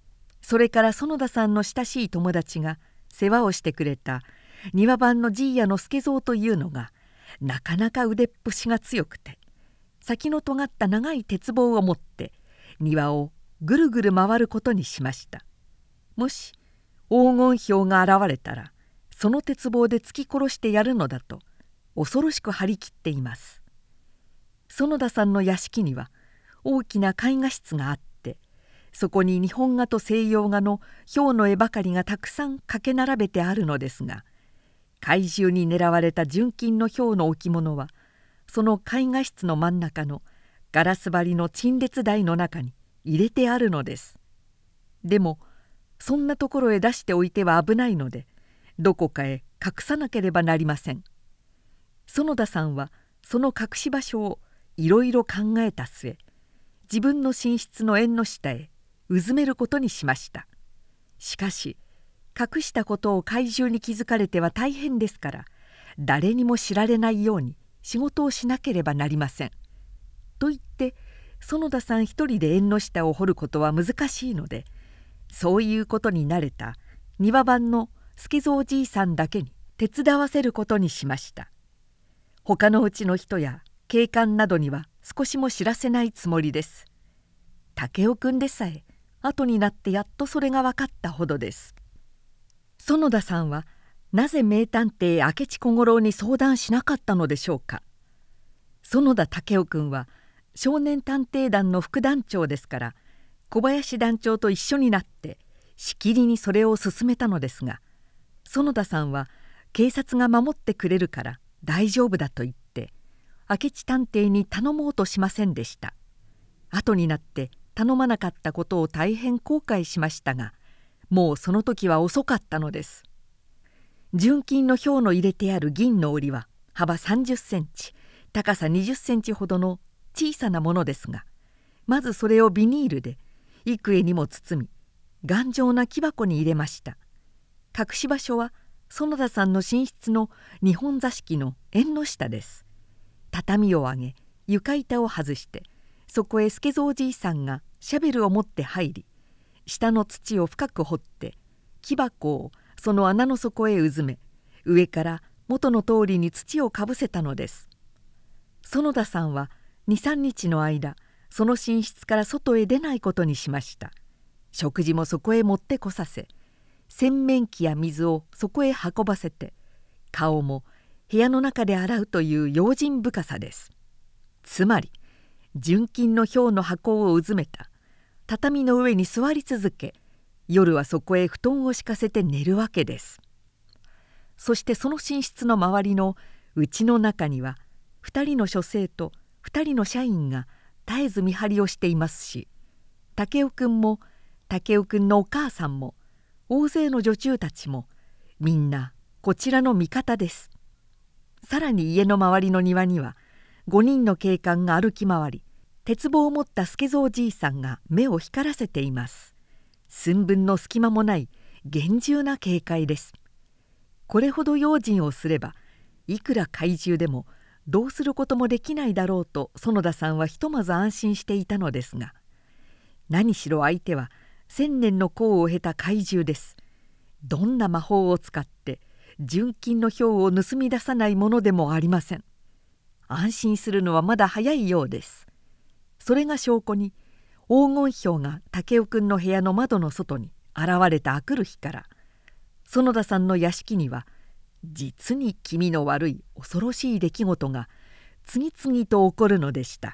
それから園田さんの親しい友達が世話をしてくれた庭番のじいやの助蔵というのがなかなか腕っぷしが強くて、先の尖った長い鉄棒を持って庭をぐるぐる回ることにしました。もし黄金ヒョウが現れたらその鉄棒で突き殺してやるのだと恐ろしく張り切っています。園田さんの屋敷には大きな絵画室があって、そこに日本画と西洋画のヒョウの絵ばかりがたくさん掛け並べてあるのですが、怪獣に狙われた純金のヒョウの置物はその絵画室の真ん中のガラス張りの陳列台の中に入れてあるのです。でもそんなところへ出しておいては危ないので、どこかへ隠さなければなりません。園田さんはその隠し場所をいろいろ考えた末、自分の寝室の縁の下へうずめることにしました。しかし隠したことを怪獣に気づかれては大変ですから、誰にも知られないように仕事をしなければなりません。と言って園田さん一人で縁の下を掘ることは難しいので、そういうことに慣れた庭番の助蔵じいさんだけに手伝わせることにしました。他のうちの人や警官などには少しも知らせないつもりです。武雄くんでさえ後になってやっとそれが分かったほどです。園田さんはなぜ名探偵明智小五郎に相談しなかったのでしょうか。園田武雄くんは少年探偵団の副団長ですから、小林団長と一緒になってしきりにそれを進めたのですが、園田さんは警察が守ってくれるから大丈夫だと言って明智探偵に頼もうとしませんでした。後になって頼まなかったことを大変後悔しましたが、もうその時は遅かったのです。純金のヒョウの入れてある銀の折は幅30センチ、高さ20センチほどの小さなものですが、まずそれをビニールで幾重にも包み、頑丈な木箱に入れました。隠し場所は園田さんの寝室の日本座敷の縁の下です。畳を上げ床板を外して、そこへ助蔵じいさんがシャベルを持って入り、下の土を深く掘って木箱をその穴の底へうずめ、上から元の通りに土をかぶせたのです。園田さんは23日の間その寝室から外へ出ないことにしました。食事もそこへ持ってこさせ、洗面器や水をそこへ運ばせて、顔も部屋の中で洗うという用心深さです。つまり純金のヒョウの箱をうずめた畳の上に座り続け、夜はそこへ布団を敷かせて寝るわけです。そしてその寝室の周りの家の中には2人の書生と2人の社員が絶えず見張りをしていますし、武雄くんも武雄くんのお母さんも大勢の女中たちもみんなこちらの味方です。さらに家の周りの庭には5人の警官が歩き回り、鉄棒を持った助蔵じいさんが目を光らせています。寸分の隙間もない厳重な警戒です。これほど用心をすればいくら怪獣でもどうすることもできないだろうと園田さんはひとまず安心していたのですが、何しろ相手は1000年の功を経た怪獣です。どんな魔法を使って純金のヒョウを盗み出さないものでもありません。安心するのはまだ早いようです。それが証拠に黄金ヒョウが武雄くんの部屋の窓の外に現れたあくる日から、園田さんの屋敷には実に気味の悪い恐ろしい出来事が次々と起こるのでした。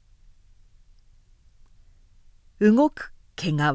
動く毛皮。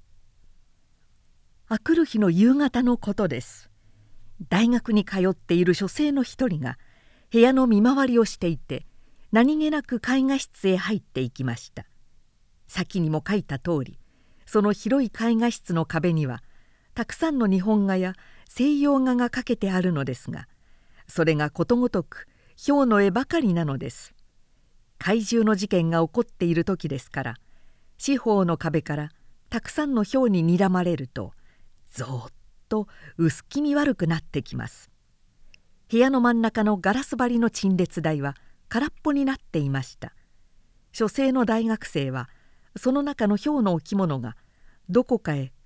あくる日の夕方のことです。大学に通っている書生の一人が部屋の見回りをしていて、何気なく絵画室へ入っていきました。先にも書いた通り、その広い絵画室の壁にはたくさんの日本画や西洋画が描けてあるのですが、それがことごとくヒョウの絵ばかりなのです。怪獣の事件が起こっている時ですから、四方の壁からたくさんのヒョウに睨まれるとぞーっと薄気味悪くなってきます。部屋の真ん中のガラス張りの陳列台は空っぽになっていました。書生の大学生はその中のヒョウの置物がどこかへ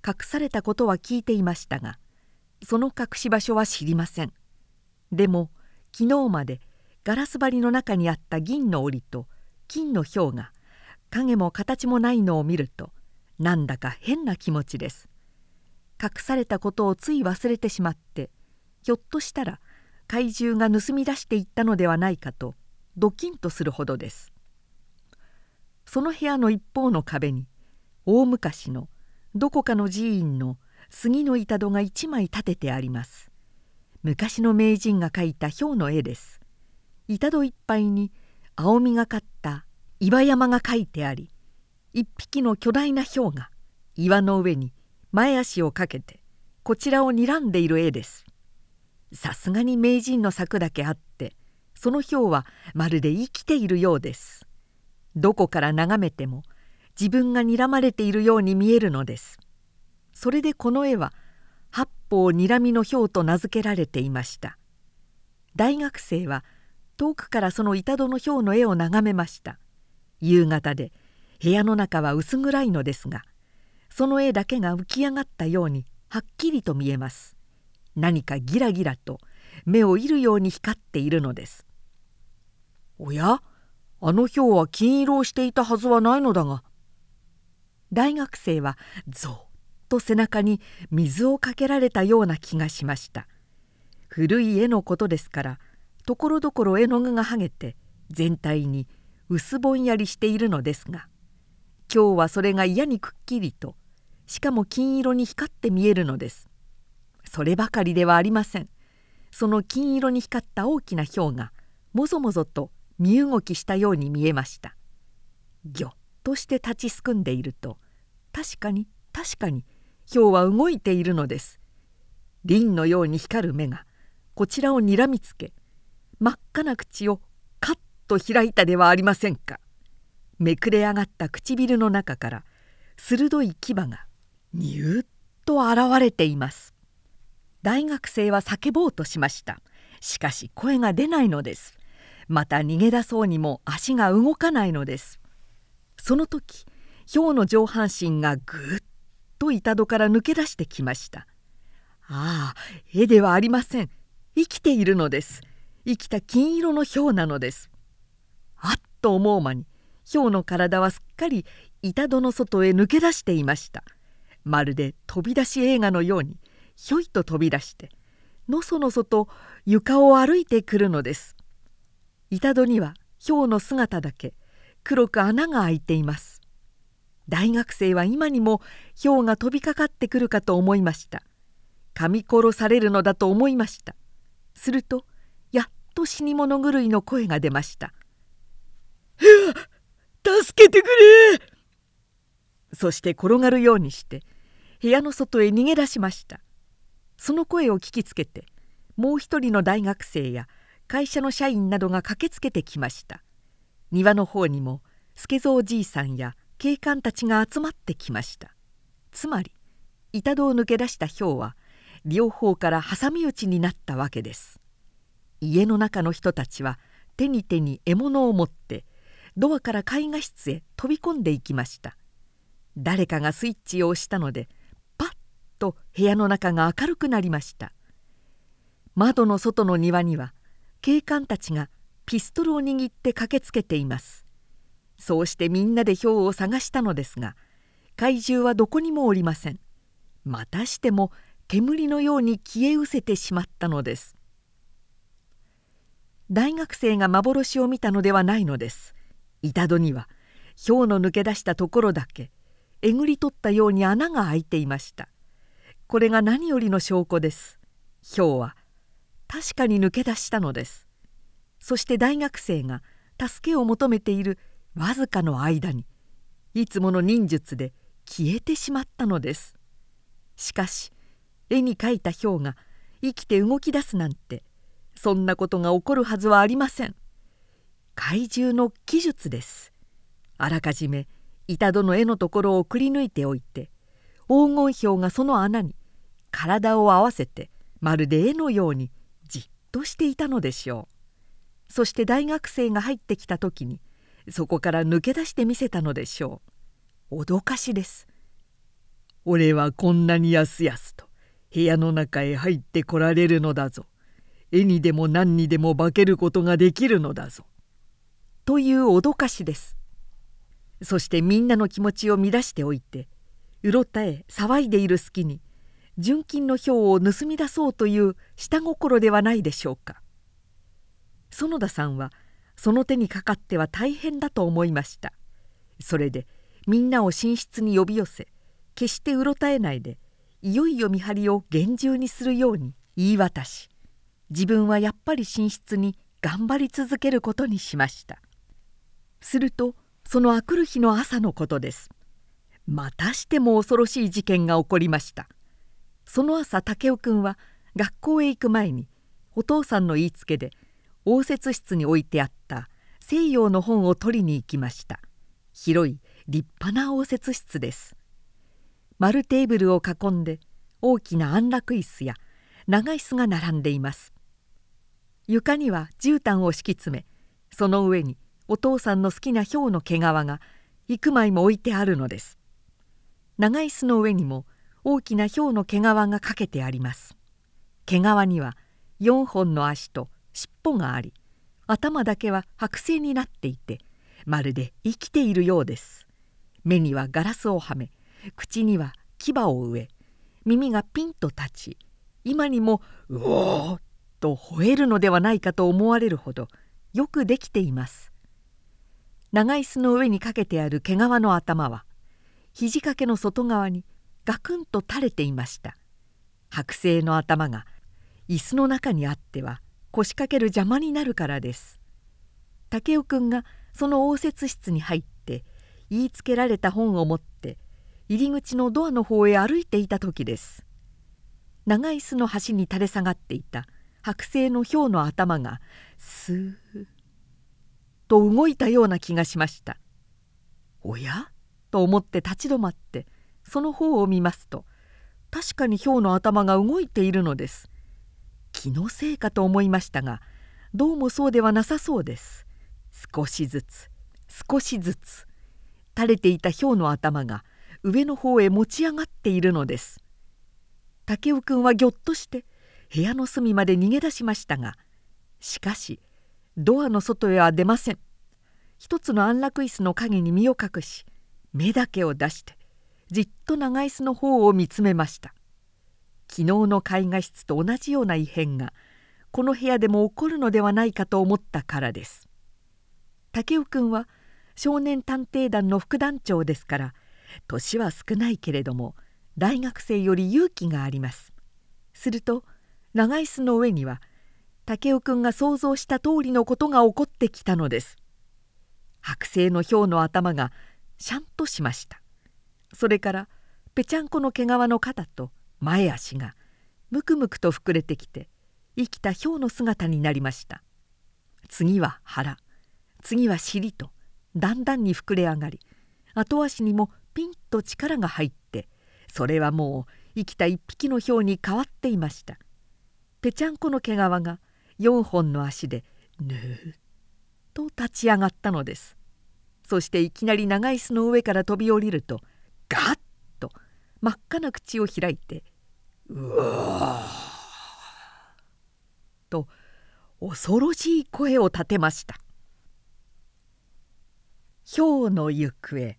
隠されたことは聞いていましたが、その隠し場所は知りません。でも昨日までガラス張りの中にあった銀の檻と金の氷が影も形もないのを見ると、なんだか変な気持ちです。隠されたことをつい忘れてしまって、ひょっとしたら怪獣が盗み出していったのではないかとドキンとするほどです。その部屋の一方の壁に大昔のどこかの寺院の杉の板戸が一枚立ててあります。昔の名人が描いたヒョウの絵です。板戸いっぱいに青みがかった岩山が描いてあり、一匹の巨大なヒョウが岩の上に前足をかけてこちらを睨んでいる絵です。さすがに名人の作だけあって、そのヒョウはまるで生きているようです。どこから眺めても自分が睨まれているように見えるのです。それでこの絵は八方睨みのヒョウと名付けられていました。大学生は遠くからその板戸のヒョウの絵を眺めました。夕方で部屋の中は薄暗いのですが、その絵だけが浮き上がったようにはっきりと見えます。何かギラギラと目を射るように光っているのです。おや、あのヒョウは金色をしていたはずはないのだが。大学生はゾーッと背中に水をかけられたような気がしました。古い絵のことですから、ところどころ絵の具がはげて全体に薄ぼんやりしているのですが、今日はそれが嫌にくっきりと、しかも金色に光って見えるのです。そればかりではありません。その金色に光った大きなヒョウがもぞもぞと身動きしたように見えました。ぎょっとして立ちすくんでいると、確かにヒョウは動いているのです。輪のように光る目がこちらをにらみつけ、真っ赤な口をカッと開いたではありませんか。めくれ上がった唇の中から鋭い牙がニューッと現れています。大学生は叫ぼうとしました。しかし声が出ないのです。また逃げ出そうにも足が動かないのです。その時ヒョウの上半身がぐーっと板戸から抜け出してきました。ああ、絵ではありません。生きているのです。生きた金色のヒョウなのです。あっと思う間にヒョウの体はすっかり板戸の外へ抜け出していました。まるで飛び出し映画のようにひょいと飛び出してのそのそと床を歩いてくるのです。板戸にはヒョウの姿だけ黒く穴が開いています。大学生は今にもヒョウが飛びかかってくるかと思いました。噛み殺されるのだと思いました。するとやっと死に物狂いの声が出ました。助けてくれ。そして転がるようにして部屋の外へ逃げ出しました。その声を聞きつけてもう一人の大学生や会社の社員などが駆けつけてきました。庭の方にも助三じいさんや警官たちが集まってきました。つまり板戸を抜け出したヒョウは両方から挟み撃ちになったわけです。家の中の人たちは手に獲物を持ってドアから会議室へ飛び込んでいきました。誰かがスイッチを押したのでパッと部屋の中が明るくなりました。窓の外の庭には警官たちがピストルを握って駆けつけています。そうしてみんなでヒョウを探したのですが、怪獣はどこにもおりません。またしても煙のように消え失せてしまったのです。大学生が幻を見たのではないのです。板戸にはヒョウの抜け出したところだけえぐり取ったように穴が開いていました。これが何よりの証拠です。ヒョウは確かに抜け出したのです。そして大学生が助けを求めているわずかの間にいつもの忍術で消えてしまったのです。しかし絵に描いたヒョウが生きて動き出すなんて、そんなことが起こるはずはありません。怪獣の奇術です。あらかじめ板戸の絵のところをくり抜いておいて、黄金ヒョウがその穴に体を合わせてまるで絵のようにじっとしていたのでしょう。そして大学生が入ってきた時にそこから抜け出してみせたのでしょう。脅かしです。 俺はこんなにやすやすと部屋の中へ入ってこられるのだぞ。絵にでも何にでも化けることができるのだぞ。 という脅かしです。そしてみんなの気持ちを乱しておいて、うろたえ騒いでいる隙に純金の票を盗み出そうという下心ではないでしょうか。園田さんはその手にかかっては大変だと思いました。それでみんなを寝室に呼び寄せ、決してうろたえないでいよいよ見張りを厳重にするように言い渡し、自分はやっぱり寝室に頑張り続けることにしました。するとそのあくる日の朝のことです。またしても恐ろしい事件が起こりました。その朝、武雄くんは学校へ行く前にお父さんの言いつけで応接室に置いてあった西洋の本を取りに行きました。広い立派な応接室です。丸テーブルを囲んで大きな安楽椅子や長椅子が並んでいます。床には絨毯を敷き詰め、その上にお父さんの好きなヒョウの毛皮が幾枚も置いてあるのです。長椅子の上にも大きなヒョウの毛皮がかけてあります。毛皮には4本の足と尻尾があり、頭だけは剥製になっていて、まるで生きているようです。目にはガラスをはめ、口には牙を植え、耳がピンと立ち、今にもうおーと吠えるのではないかと思われるほどよくできています。長椅子の上にかけてある毛皮の頭は肘掛けの外側にガクンと垂れていました。剥製の頭が椅子の中にあっては腰掛ける邪魔になるからです。武雄くんがその応接室に入って言いつけられた本を持って入り口のドアの方へ歩いていた時です。長椅子の端に垂れ下がっていた剥製のヒョウの頭がスーッと動いたような気がしました。おやと思って立ち止まってその方を見ますと、確かにヒョウの頭が動いているのです。気のせいかと思いましたが、どうもそうではなさそうです。少しずつ少しずつ垂れていたヒョウの頭が上の方へ持ち上がっているのです。武雄くんはぎょっとして部屋の隅まで逃げ出しましたが、しかしドアの外へは出ません。一つの安楽椅子の陰に身を隠し、目だけを出してじっと長椅子の方を見つめました。昨日の会議室と同じような異変がこの部屋でも起こるのではないかと思ったからです。武雄くんは少年探偵団の副団長ですから、年は少ないけれども大学生より勇気があります。すると長椅子の上には武雄くんが想像した通りのことが起こってきたのです。剥製のヒョウの頭がシャンとしました。それからぺちゃんこの毛皮の肩と前足がむくむくと膨れてきて生きたヒョウの姿になりました。次は腹、次は尻とだんだんに膨れ上がり、後足にもピンと力が入って、それはもう生きた一匹のヒョウに変わっていました。ぺちゃんこの毛皮が4本の足でぬーっと立ち上がったのです。そしていきなり長椅子の上から飛び降りると、ガッと真っ赤な口を開いてうわーと恐ろしい声を立てました。ヒョウの行方。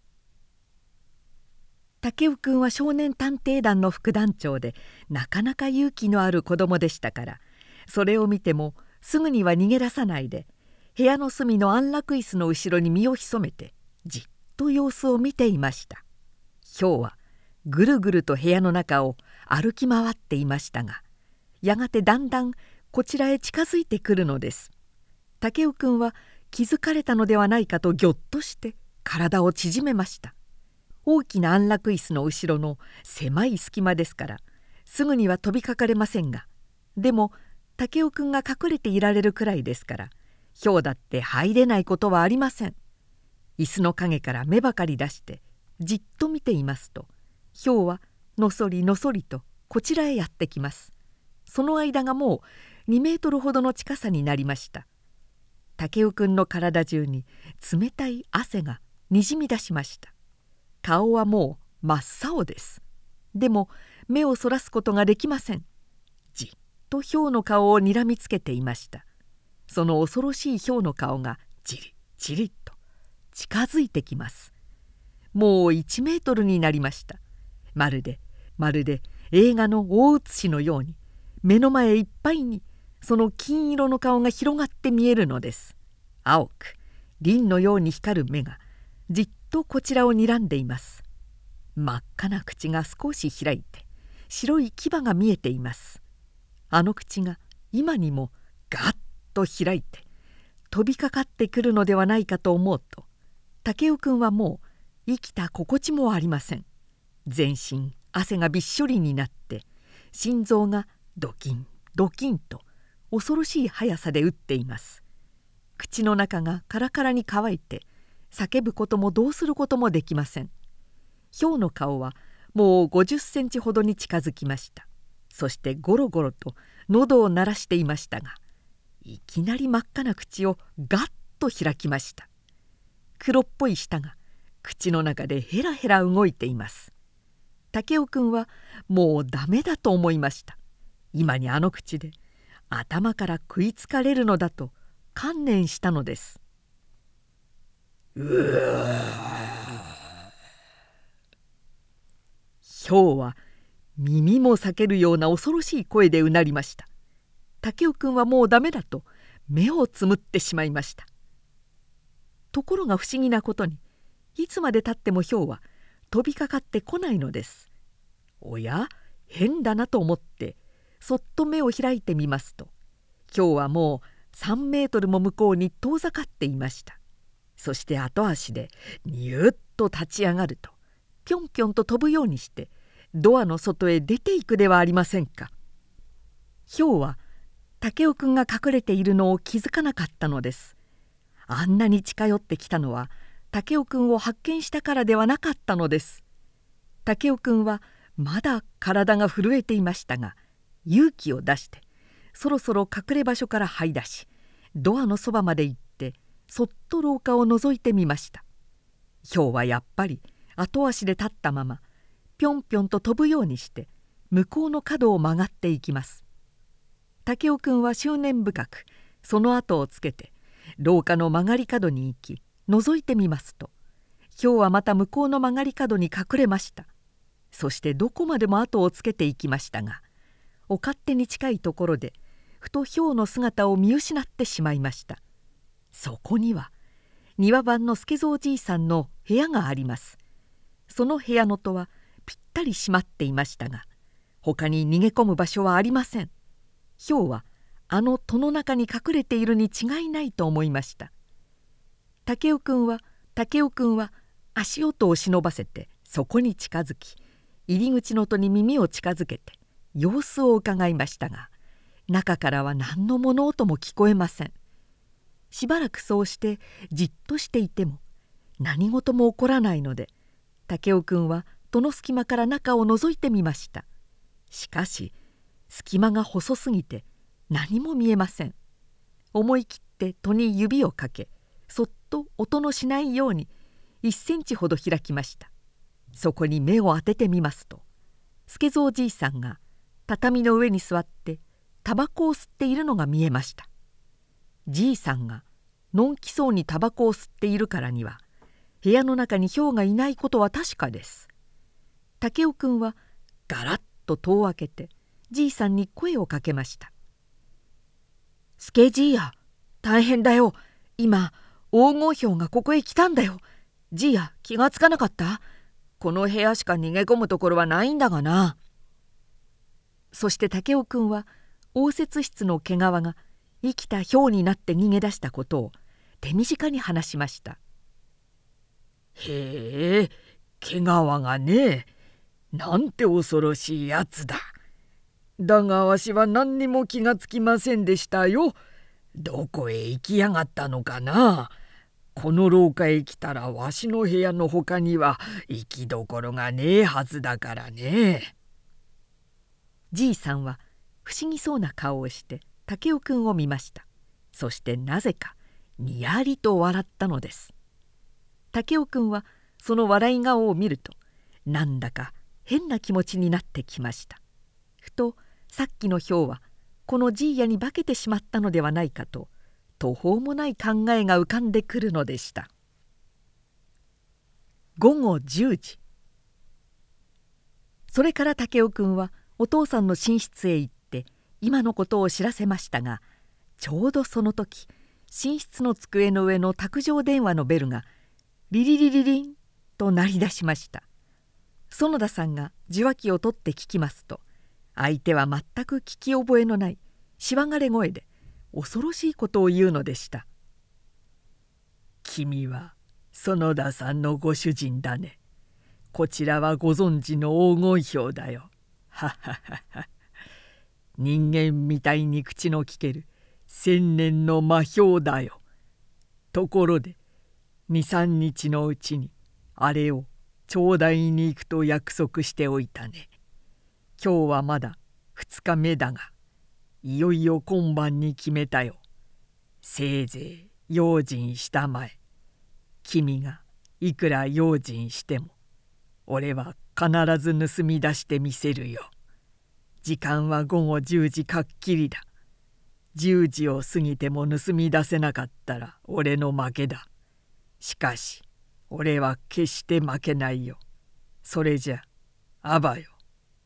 武雄くんは少年探偵団の副団長でなかなか勇気のある子供でしたから、それを見てもすぐには逃げ出さないで、部屋の隅の安楽椅子の後ろに身を潜めてじっと様子を見ていました。ヒョウはぐるぐると部屋の中を歩き回っていましたが、やがてだんだんこちらへ近づいてくるのです。武雄くんは気づかれたのではないかとぎょっとして体を縮めました。大きな安楽椅子の後ろの狭い隙間ですからすぐには飛びかかれませんが、でも武雄くんが隠れていられるくらいですから、ヒョウだって入れないことはありません。椅子の陰から目ばかり出してじっと見ていますと、ヒョウはのそりのそりとこちらへやってきます。その間がもう2メートルほどの近さになりました。武雄くんの体中に冷たい汗がにじみ出しました。顔はもう真っ青です。でも目をそらすことができません。じっとヒョウの顔をにらみつけていました。その恐ろしいヒョウの顔がじりじりと近づいてきます。もう1メートルになりました。まるで映画の大写しのように目の前いっぱいにその金色の顔が広がって見えるのです。青く輪のように光る目がじっとこちらを睨んでいます。真っ赤な口が少し開いて白い牙が見えています。あの口が今にもガッと開いて飛びかかってくるのではないかと思うと、武雄くんはもう生きた心地もありません。全身汗がびっしょりになって心臓がドキンドキンと恐ろしい速さで打っています。口の中がカラカラに乾いて叫ぶこともどうすることもできません。ヒョウの顔はもう50センチほどに近づきました。そしてゴロゴロと喉を鳴らしていましたが、いきなり真っ赤な口をガッと開きました。黒っぽい舌が口の中でヘラヘラ動いています。武雄くんはもうダメだと思いました。今にあの口で頭から食いつかれるのだと観念したのです。ヒョウは耳も裂けるような恐ろしい声でうなりました。武雄くんはもうダメだと目をつむってしまいました。ところが不思議なことに、いつまでたってもヒョウは飛びかかってこないのです。おや、変だなと思ってそっと目を開いてみますと、ヒョウはもう3メートルも向こうに遠ざかっていました。そして後足でニュッと立ち上がると、ぴょんぴょんと飛ぶようにしてドアの外へ出ていくではありませんか。ヒョウは武雄くんが隠れているのを気づかなかったのです。あんなに近寄ってきたのは武雄くんを発見したからではなかったのです。武雄くんはまだ体が震えていましたが、勇気を出してそろそろ隠れ場所から這い出し、ドアのそばまで行ってそっと廊下を覗いてみました。ヒョウはやっぱり後足で立ったままぴょんぴょんと飛ぶようにして向こうの角を曲がっていきます。武雄くんは執念深くその後をつけて廊下の曲がり角に行き、覗いてみますと、ヒョウはまた向こうの曲がり角に隠れました。そしてどこまでも後をつけていきましたが、お勝手に近いところでふとヒョウの姿を見失ってしまいました。そこには庭番の助蔵じいさんの部屋があります。その部屋の戸はぴったり閉まっていましたが、他に逃げ込む場所はありません。ヒョウはあの戸の中に隠れているに違いないと思いました。武雄くんは足音を忍ばせてそこに近づき、入り口の戸に耳を近づけて様子を伺いましたが、中からは何の物音も聞こえません。しばらくそうしてじっとしていても何事も起こらないので、武雄くんは戸の隙間から中を覗いてみました。しかし隙間が細すぎて何も見えません。思い切って戸に指をかけ、そっと音のしないように1センチほど開きました。そこに目を当ててみますと、助蔵じいさんが畳の上に座ってタバコを吸っているのが見えました。じいさんがのんきそうにタバコを吸っているからには部屋の中にヒョウがいないことは確かです。武雄くんはガラッと戸を開けてじいさんに声をかけました。助じいや、大変だよ。今黄金ヒョウがここへ来たんだよ。じいや、気がつかなかった？この部屋しか逃げ込むところはないんだがな。そして武雄くんは応接室の毛皮が生きたヒョウになって逃げ出したことを手短に話しました。 へえ、毛皮がね、なんて恐ろしいやつだ。だがわしは何にも気がつきませんでしたよ。どこへ行きやがったのかな。この廊下へ来たらわしの部屋のほかには行きどころがねえはずだからね。 じいさんは不思議そうな顔をして武雄くんを見ました。そしてなぜかにやりと笑ったのです。武雄くんはその笑い顔を見るとなんだか変な気持ちになってきました。ふとさっきのヒョウはこのじいやに化けてしまったのではないかと途方もない考えが浮かんでくるのでした。午後10時。それから武雄くんはお父さんの寝室へ行って今のことを知らせましたが、ちょうどその時寝室の机の上の卓上電話のベルがリリリリリンと鳴り出しました。園田さんが受話器を取って聞きますと、相手は全く聞き覚えのないしわがれ声で恐ろしいことを言うのでした。 君は園田さんのご主人だね。こちらはご存知の黄金ヒョウだよ。はははは。人間みたいに口の利ける千年の魔ヒョウだよ。ところで2、3日のうちにあれを頂戴に行くと約束しておいたね。今日はまだ2日目だが、いよいよ今晩に決めたよ。せいぜい用心したまえ。君がいくら用心しても俺は必ず盗み出してみせるよ。時間は午後10時かっきりだ。10時を過ぎても盗み出せなかったら俺の負けだ。しかし俺は決して負けないよ。それじゃあばよ。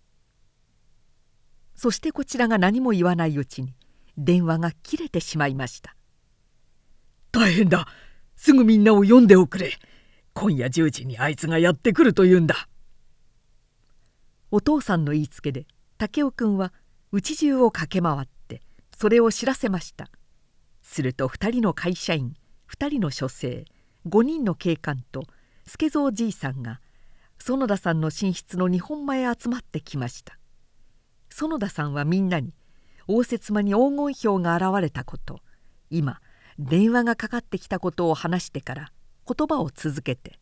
そしてこちらが何も言わないうちに電話が切れてしまいました。 大変だ。すぐみんなを呼んでおくれ。今夜10時にあいつがやってくるというんだ。 お父さんの言いつけで武雄くんは家中を駆け回ってそれを知らせました。すると2人の会社員、2人の書生、5人の警官と助蔵じいさんが園田さんの寝室の日本間へ集まってきました。園田さんはみんなに応接間に黄金ヒョウが現れたこと、今電話がかかってきたことを話してから言葉を続けて、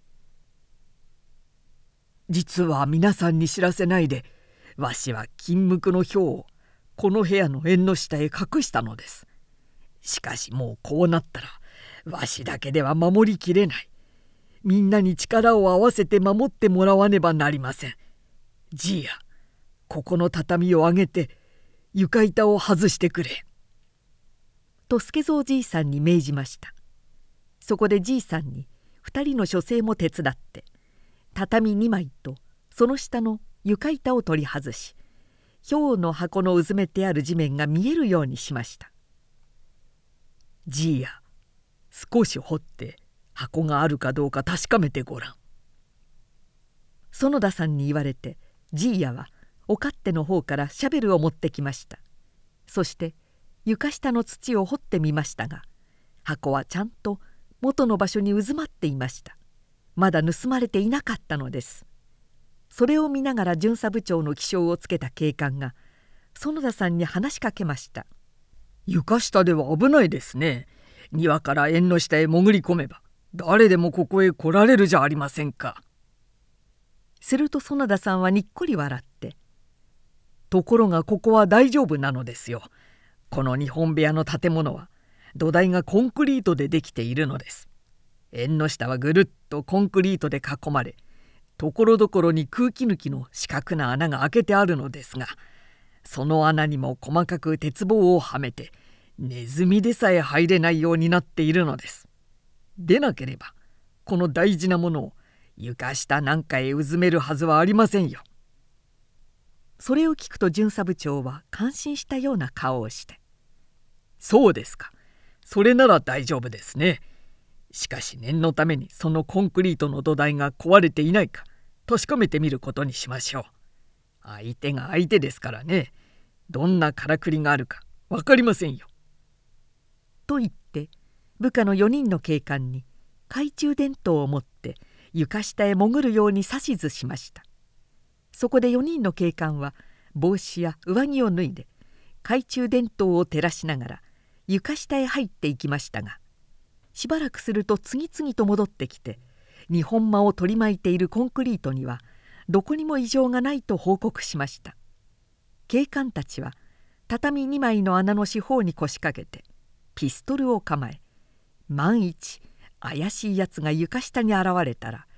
実は皆さんに知らせないで、わしは金無垢のヒョウをこの部屋の縁の下へ隠したのです。しかしもうこうなったらわしだけでは守りきれない。みんなに力を合わせて守ってもらわねばなりません。じいや、ここの畳を上げて床板を外してくれ。 と助蔵じいさんに命じました。そこでじいさんに2人の書生も手伝って畳2枚とその下の床板を取り外し、ヒョウの箱のうずめてある地面が見えるようにしました。 じいや、少し掘って箱があるかどうか確かめてごらん。 園田さんに言われてじいやはお勝手の方からシャベルを持ってきました。そして床下の土を掘ってみましたが、箱はちゃんと元の場所にうずまっていました。まだ盗まれていなかったのです。それを見ながら巡査部長の気性をつけた警官が園田さんに話しかけました。 床下では危ないですね。庭から縁の下へ潜り込めば誰でもここへ来られるじゃありませんか。 すると園田さんはにっこり笑って、 ところがここは大丈夫なのですよ。この日本部屋の建物は土台がコンクリートでできているのです。縁の下はぐるっとコンクリートで囲まれ、ところどころに空気抜きの四角な穴が開けてあるのですが、その穴にも細かく鉄棒をはめてネズミでさえ入れないようになっているのです。でなければこの大事なものを床下なんかへうずめるはずはありませんよ。 それを聞くと巡査部長は感心したような顔をして、 そうですか、それなら大丈夫ですね。しかし念のためにそのコンクリートの土台が壊れていないか確かめてみることにしましょう。相手が相手ですからね。どんなからくりがあるか分かりませんよ。 と言って部下の4人の警官に懐中電灯を持って床下へ潜るように指図しました。そこで4人の警官は帽子や上着を脱いで懐中電灯を照らしながら床下へ入っていきましたが、しばらくすると次々と戻ってきて日本間を取り巻いているコンクリートにはどこにも異常がないと報告しました。警官たちは畳2枚の穴の四方に腰掛けてピストルを構え、万一怪しいやつが床下に現れたら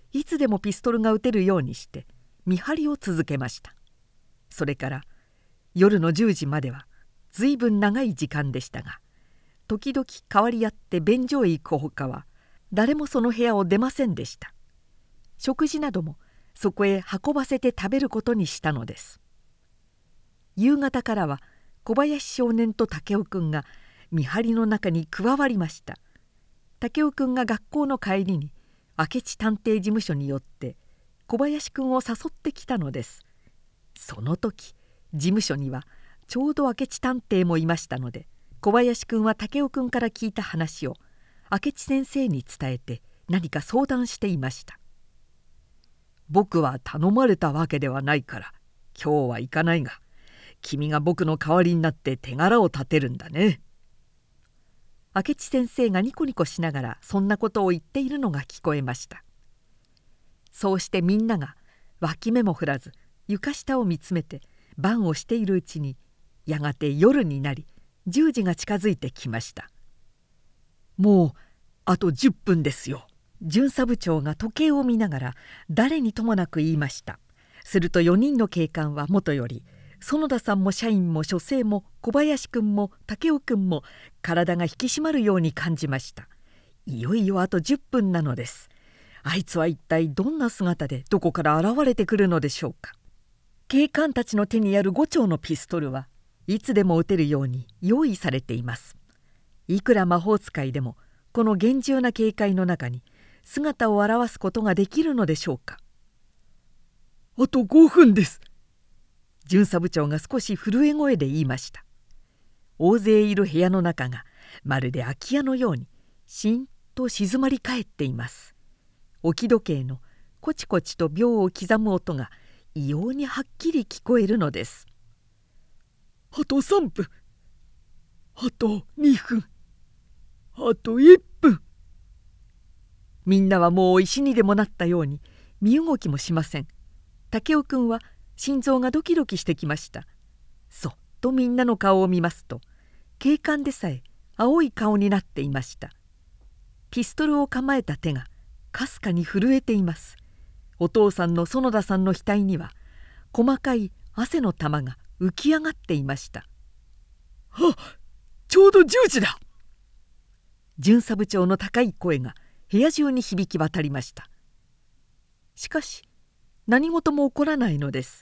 いつでもピストルが撃てるようにして見張りを続けました。それから夜の10時まではずいぶん長い時間でしたが、時々代わり合って便所へ行くほかは誰もその部屋を出ませんでした。食事などもそこへ運ばせて食べることにしたのです。夕方からは小林少年と武雄くんが見張りの中に加わりました。武雄くんが学校の帰りに明智探偵事務所に寄って小林くんを誘ってきたのです。その時事務所にはちょうど明智探偵もいましたので、小林くんは武雄くんから聞いた話を明智先生に伝えて何か相談していました。 僕は頼まれたわけではないから今日は行かないが、君が僕の代わりになって手柄を立てるんだね。 明智先生がニコニコしながらそんなことを言っているのが聞こえました。そうしてみんなが脇目も振らず床下を見つめて晩をしているうちに、やがて夜になり10時が近づいてきました。 もうあと10分ですよ。 巡査部長が時計を見ながら誰にともなく言いました。すると4人の警官はもとより園田さんも社員も書生も小林くんも武雄くんも体が引き締まるように感じました。いよいよあと10分なのです。あいつは一体どんな姿でどこから現れてくるのでしょうか。警官たちの手にある5丁のピストルはいつでも撃てるように用意されています。いくら魔法使いでもこの厳重な警戒の中に姿を現すことができるのでしょうか。 あと5分です。 巡査部長が少し震え声で言いました。大勢いる部屋の中がまるで空き家のようにしんと静まり返っています。置き時計のコチコチと秒を刻む音が異様にはっきり聞こえるのです。 あと3分、あと2分、あと1分。 みんなはもう石にでもなったように身動きもしません。武雄くんは心臓がドキドキしてきました。そっとみんなの顔を見ますと、警官でさえ青い顔になっていました。ピストルを構えた手がかすかに震えています。お父さんの園田さんの額には細かい汗の玉が浮き上がっていました。 あ、ちょうど10時だ。 巡査部長の高い声が部屋中に響き渡りました。しかし何事も起こらないのです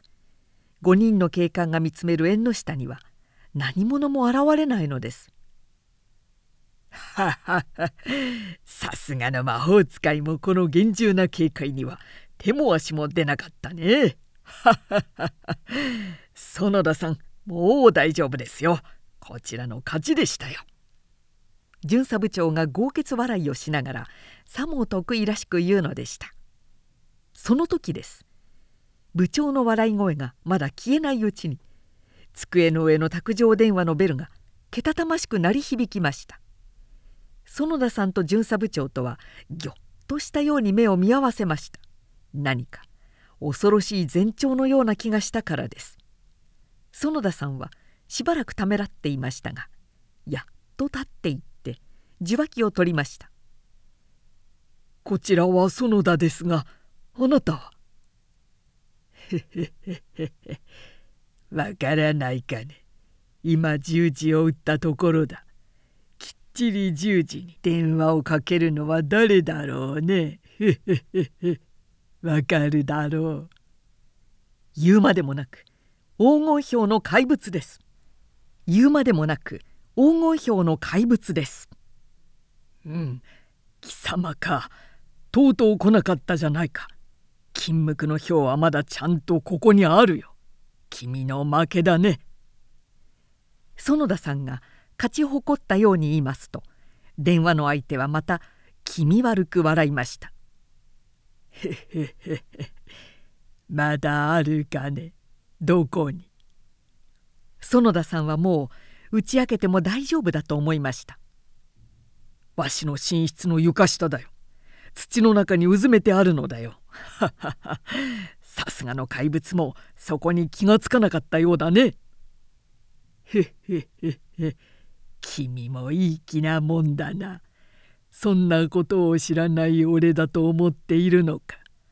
。5人の警官が見つめる縁の下には何者も現れないのです。 ははは、さすがの魔法使いもこの厳重な警戒には手も足も出なかったね。はははは、園田さん、もう大丈夫ですよ。こちらの勝ちでしたよ。 巡査部長が豪傑笑いをしながらさも得意らしく言うのでした。その時です。部長の笑い声がまだ消えないうちに机の上の卓上電話のベルがけたたましく鳴り響きました。園田さんと巡査部長とはぎょっとしたように目を見合わせました。何か恐ろしい前兆のような気がしたからです。園田さんはしばらくためらっていましたが、やっと立っていって受話器を取りました。 こちらは園田ですが、あなたは？へへへへへ、わからないかね。今10時を打ったところだ。きっちり10時に電話をかけるのは誰だろうね。へへへへ、わかるだろう。 言うまでもなく黄金票の怪物です。言うまでもなく黄金票の怪物です。 うん、貴様か。とうとう来なかったじゃないか。金無垢の票はまだちゃんとここにあるよ。君の負けだね。 園田さんが勝ち誇ったように言いますと、電話の相手はまた気味悪く笑いました。 へへへへ、まだあるかね。どこに？ 園田さんはもう打ち明けても大丈夫だと思いました。 わしの寝室の床下だよ。土の中にうずめてあるのだよ。ははは、さすがの怪物もそこに気がつかなかったようだね。へへへへ、君もいい気なもんだな。そんなことを知らない俺だと思っているのか。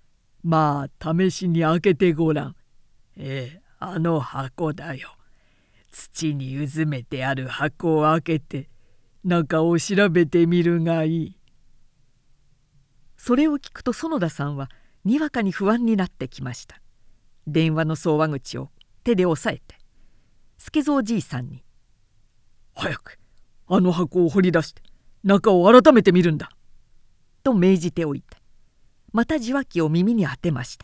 まあ試しに開けてごらん。あの箱だよ。土にうずめてある箱を開けて中を調べてみるがいい。 それを聞くと園田さんはにわかに不安になってきました。電話の送話口を手で押さえて助三じいさんに 「早くあの箱を掘り出して中を改めてみるんだ」 と命じておいて、また受話器を耳に当てました。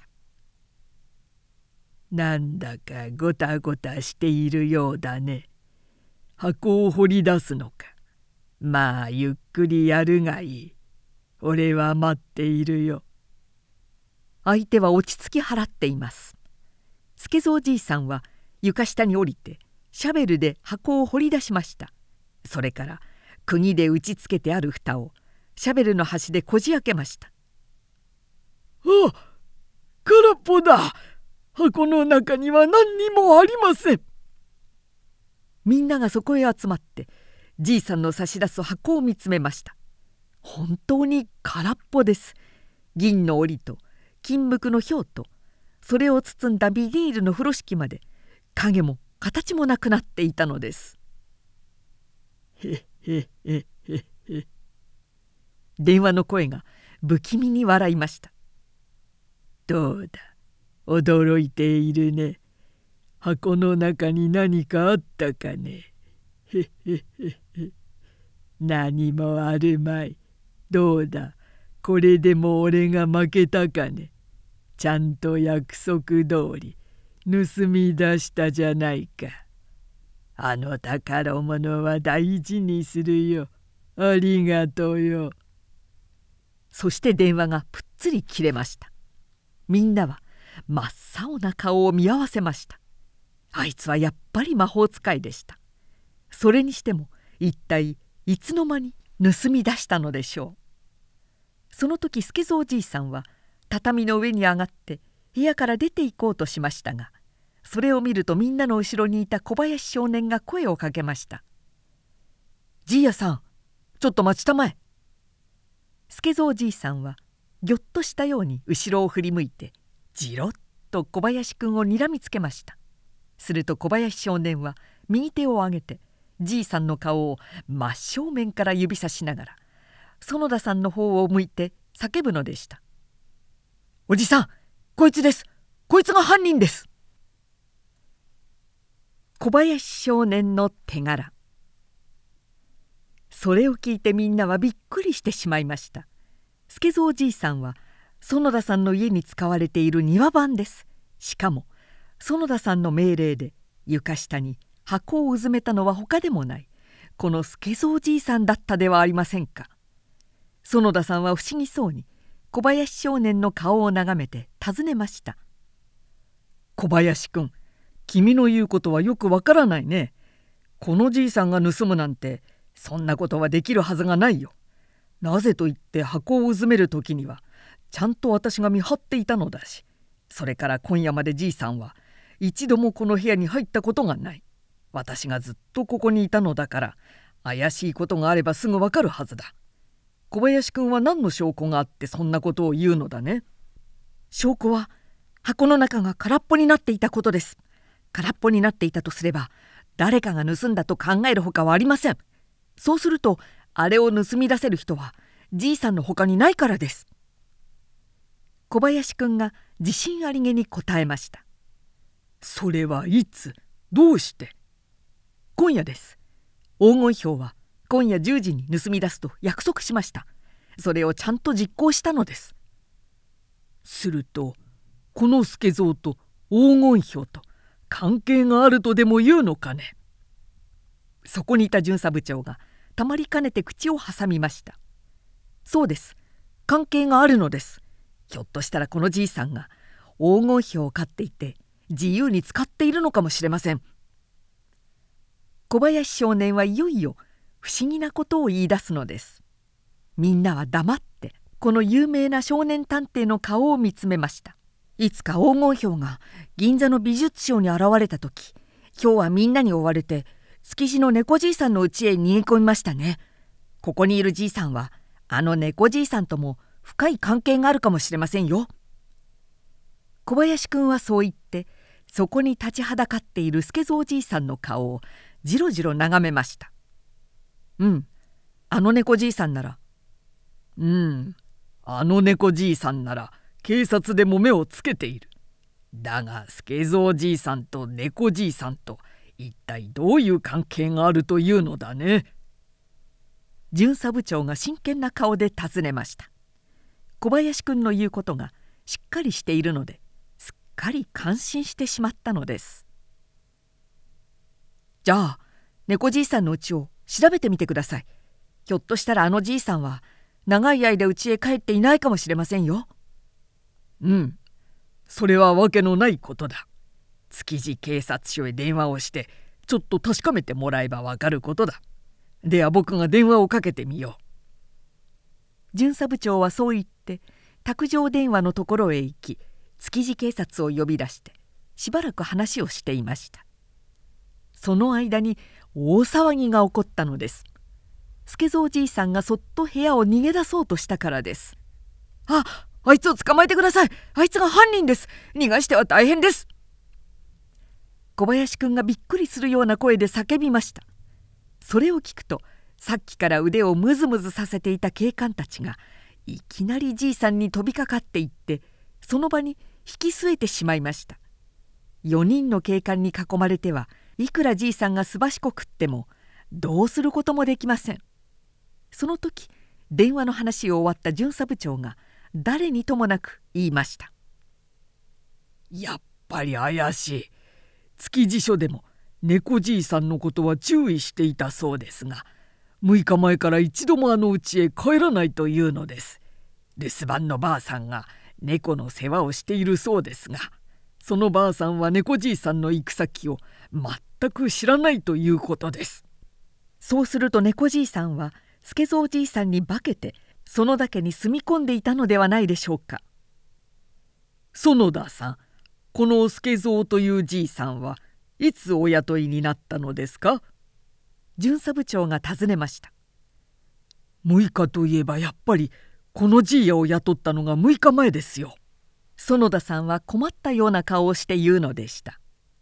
なんだかごたごたしているようだね。箱を掘り出すのか。まあゆっくりやるがいい。俺は待っているよ。 相手は落ち着き払っています。助三じいさんは床下に降りてシャベルで箱を掘り出しました。それから釘で打ちつけてある蓋をシャベルの端でこじ開けました。 あ、空っぽだ。箱の中には何にもありません。 みんながそこへ集まってじいさんの差し出す箱を見つめました。本当に空っぽです。銀の折と金無垢の表とそれを包んだビニールの風呂敷まで影も形もなくなっていたのです。 へへへへへ。 電話の声が不気味に笑いました。 どうだ、驚いているね。箱の中に何かあったかね。へへへへ。何もあるまい。どうだ、これでも俺が負けたかね。ちゃんと約束通り盗み出したじゃないか。あの宝物は大事にするよ。ありがとうよ。 そして電話がぷっつり切れました。みんなは真っ青な顔を見合わせました。あいつはやっぱり魔法使いでした。それにしても一体いつの間に盗み出したのでしょう。その時助三じいさんは畳の上に上がって部屋から出て行こうとしましたが、それを見るとみんなの後ろにいた小林少年が声をかけました。じいやさん、ちょっと待ちたまえ。助三じいさんはぎょっとしたように後ろを振り向いてじろっと小林くんをにらみつけました。すると小林少年は右手を上げてじいさんの顔を真正面から指さしながら園田さんの方を向いて叫ぶのでした。おじさん、こいつです。こいつが犯人です。小林少年の手柄。それを聞いてみんなはびっくりしてしまいました。助三じいさんは園田さんの家に使われている庭番です。しかも園田さんの命令で床下に箱をうずめたのは他でもないこの助三じいさんだったではありませんか。園田さんは不思議そうに小林少年の顔を眺めて尋ねました。 小林くん、君の言うことはよくわからないね。このじいさんが盗むなんてそんなことはできるはずがないよ。なぜと言って箱をうずめる時にはちゃんと私が見張っていたのだし、それから今夜までじいさんは一度もこの部屋に入ったことがない。私がずっとここにいたのだから怪しいことがあればすぐわかるはずだ。小林くんは何の証拠があってそんなことを言うのだね。 証拠は箱の中が空っぽになっていたことです。空っぽになっていたとすれば誰かが盗んだと考えるほかはありません。そうするとあれを盗み出せる人はじいさんのほかにないからです。小林くんが自信ありげに答えました。 それはいつ、どうして？ 今夜です。黄金票は今夜10時に盗み出すと約束しました。それをちゃんと実行したのです。 するとこの助三と黄金票と関係があるとでも言うのかね。 そこにいた巡査部長がたまりかねて口を挟みました。そうです。関係があるのです。ひょっとしたらこのじいさんが黄金票を飼っていて自由に使っているのかもしれません。小林少年はいよいよ不思議なことを言い出すのです。みんなは黙ってこの有名な少年探偵の顔を見つめました。いつか黄金票が銀座の美術商に現れた時、今日はみんなに追われて築地の猫じいさんの家へ逃げ込みましたね。ここにいるじいさんはあの猫じいさんとも深い関係があるかもしれませんよ。 小林くんはそう言ってそこに立ちはだかっている助蔵じいさんの顔をじろじろ眺めました。あの猫じいさんならあの猫じいさんなら警察でも目をつけている。だが助蔵じいさんと猫じいさんと一体どういう関係があるというのだね。 巡査部長が真剣な顔で尋ねました。小林くんの言うことがしっかりしているのですっかり感心してしまったのです。じゃあ猫じいさんの家を調べてみてください。ひょっとしたらあのじいさんは長い間家へ帰っていないかもしれませんよ。 それはわけのないことだ。築地警察署へ電話をしてちょっと確かめてもらえばわかることだ。では僕が電話をかけてみよう。巡査部長はそう言って卓上電話のところへ行き、築地警察を呼び出してしばらく話をしていました。その間に大騒ぎが起こったのです。助蔵じいさんがそっと部屋を逃げ出そうとしたからです。あいつを捕まえてください。あいつが犯人です。逃がしては大変です。小林くんがびっくりするような声で叫びました。それを聞くとさっきから腕をムズムズさせていた警官たちがいきなりじいさんに飛びかかっていってその場に引き据えてしまいました。4人の警官に囲まれてはいくらじいさんがすばしこくってもどうすることもできません。その時電話の話を終わった巡査部長が誰にともなく言いました。 やっぱり怪しい。築地署でも猫じいさんのことは注意していたそうですが、6日前から一度もあの家へ帰らないというのです。留守番のばあさんが猫の世話をしているそうですが、そのばあさんは猫じいさんの行く先を全く知らないということです。 そうすると猫じいさんは助蔵じいさんに化けてそのだけに住み込んでいたのではないでしょうか。 園田さん、この助蔵というじいさんはいつお雇いになったのですか？ 巡査部長が尋ねました。 6日といえばやっぱりこのじいやを雇ったのが6日前ですよ。 園田さんは困ったような顔をして言うのでした。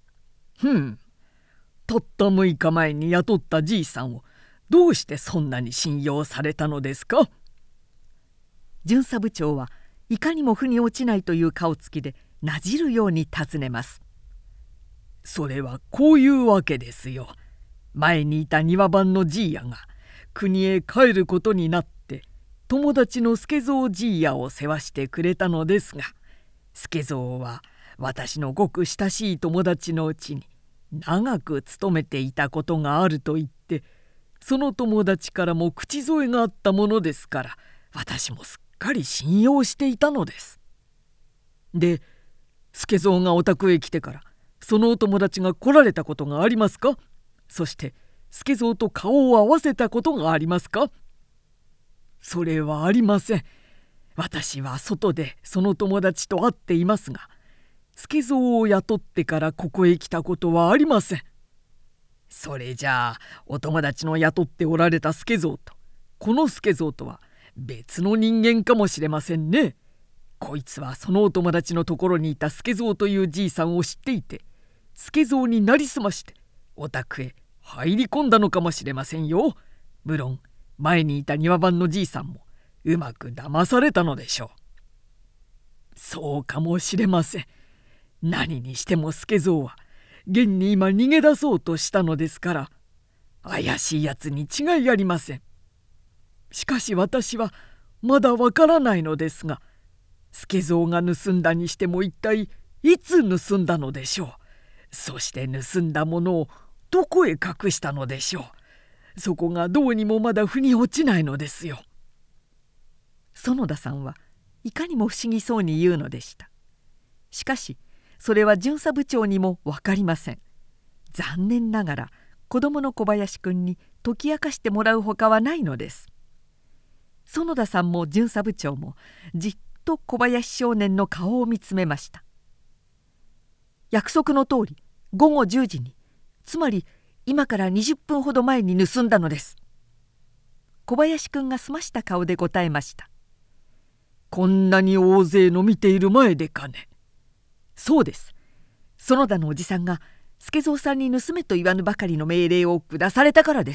たった6日前に雇ったじいさんをどうしてそんなに信用されたのですか？ 巡査部長はいかにも腑に落ちないという顔つきでなじるように尋ねます。 それはこういうわけですよ。前にいた庭番のじいやが国へ帰ることになって友達の助蔵じいやを世話してくれたのですが、助蔵は私のごく親しい友達のうちに長く勤めていたことがあると言って、その友達からも口添えがあったものですから、私もすっかり信用していたのです。で、助蔵がお宅へ来てからそのお友達が来られたことがありますか？そして助蔵と顔を合わせたことがありますか？それはありません。私は外でその友達と会っていますが、助蔵を雇ってからここへ来たことはありません。それじゃあお友達の雇っておられた助蔵とこの助蔵とは別の人間かもしれませんね。こいつはそのお友達のところにいた助蔵というじいさんを知っていて、助蔵になりすましてお宅へ入り込んだのかもしれませんよ。無論前にいた庭番のじいさんもうまく騙されたのでしょう。そうかもしれません。何にしても助蔵は現に今逃げ出そうとしたのですから、怪しいやつに違いありません。しかし私はまだわからないのですが、助蔵が盗んだにしても一体いつ盗んだのでしょう。そして盗んだものをどこへ隠したのでしょう。そこがどうにもまだ腑に落ちないのですよ。 園田さんはいかにも不思議そうに言うのでした。しかしそれは巡査部長にも分かりません。残念ながら子供の小林くんに解き明かしてもらうほかはないのです。園田さんも巡査部長もじっと小林少年の顔を見つめました。約束の通り午後10時に、つまり今から20分ほど前に盗んだのです。小林くんが澄ました顔で答えました。 こんなに大勢の見ている前でかね。 そうです。園田のおじさんが助蔵さんに盗めと言わぬばかりの命令を下されたからです。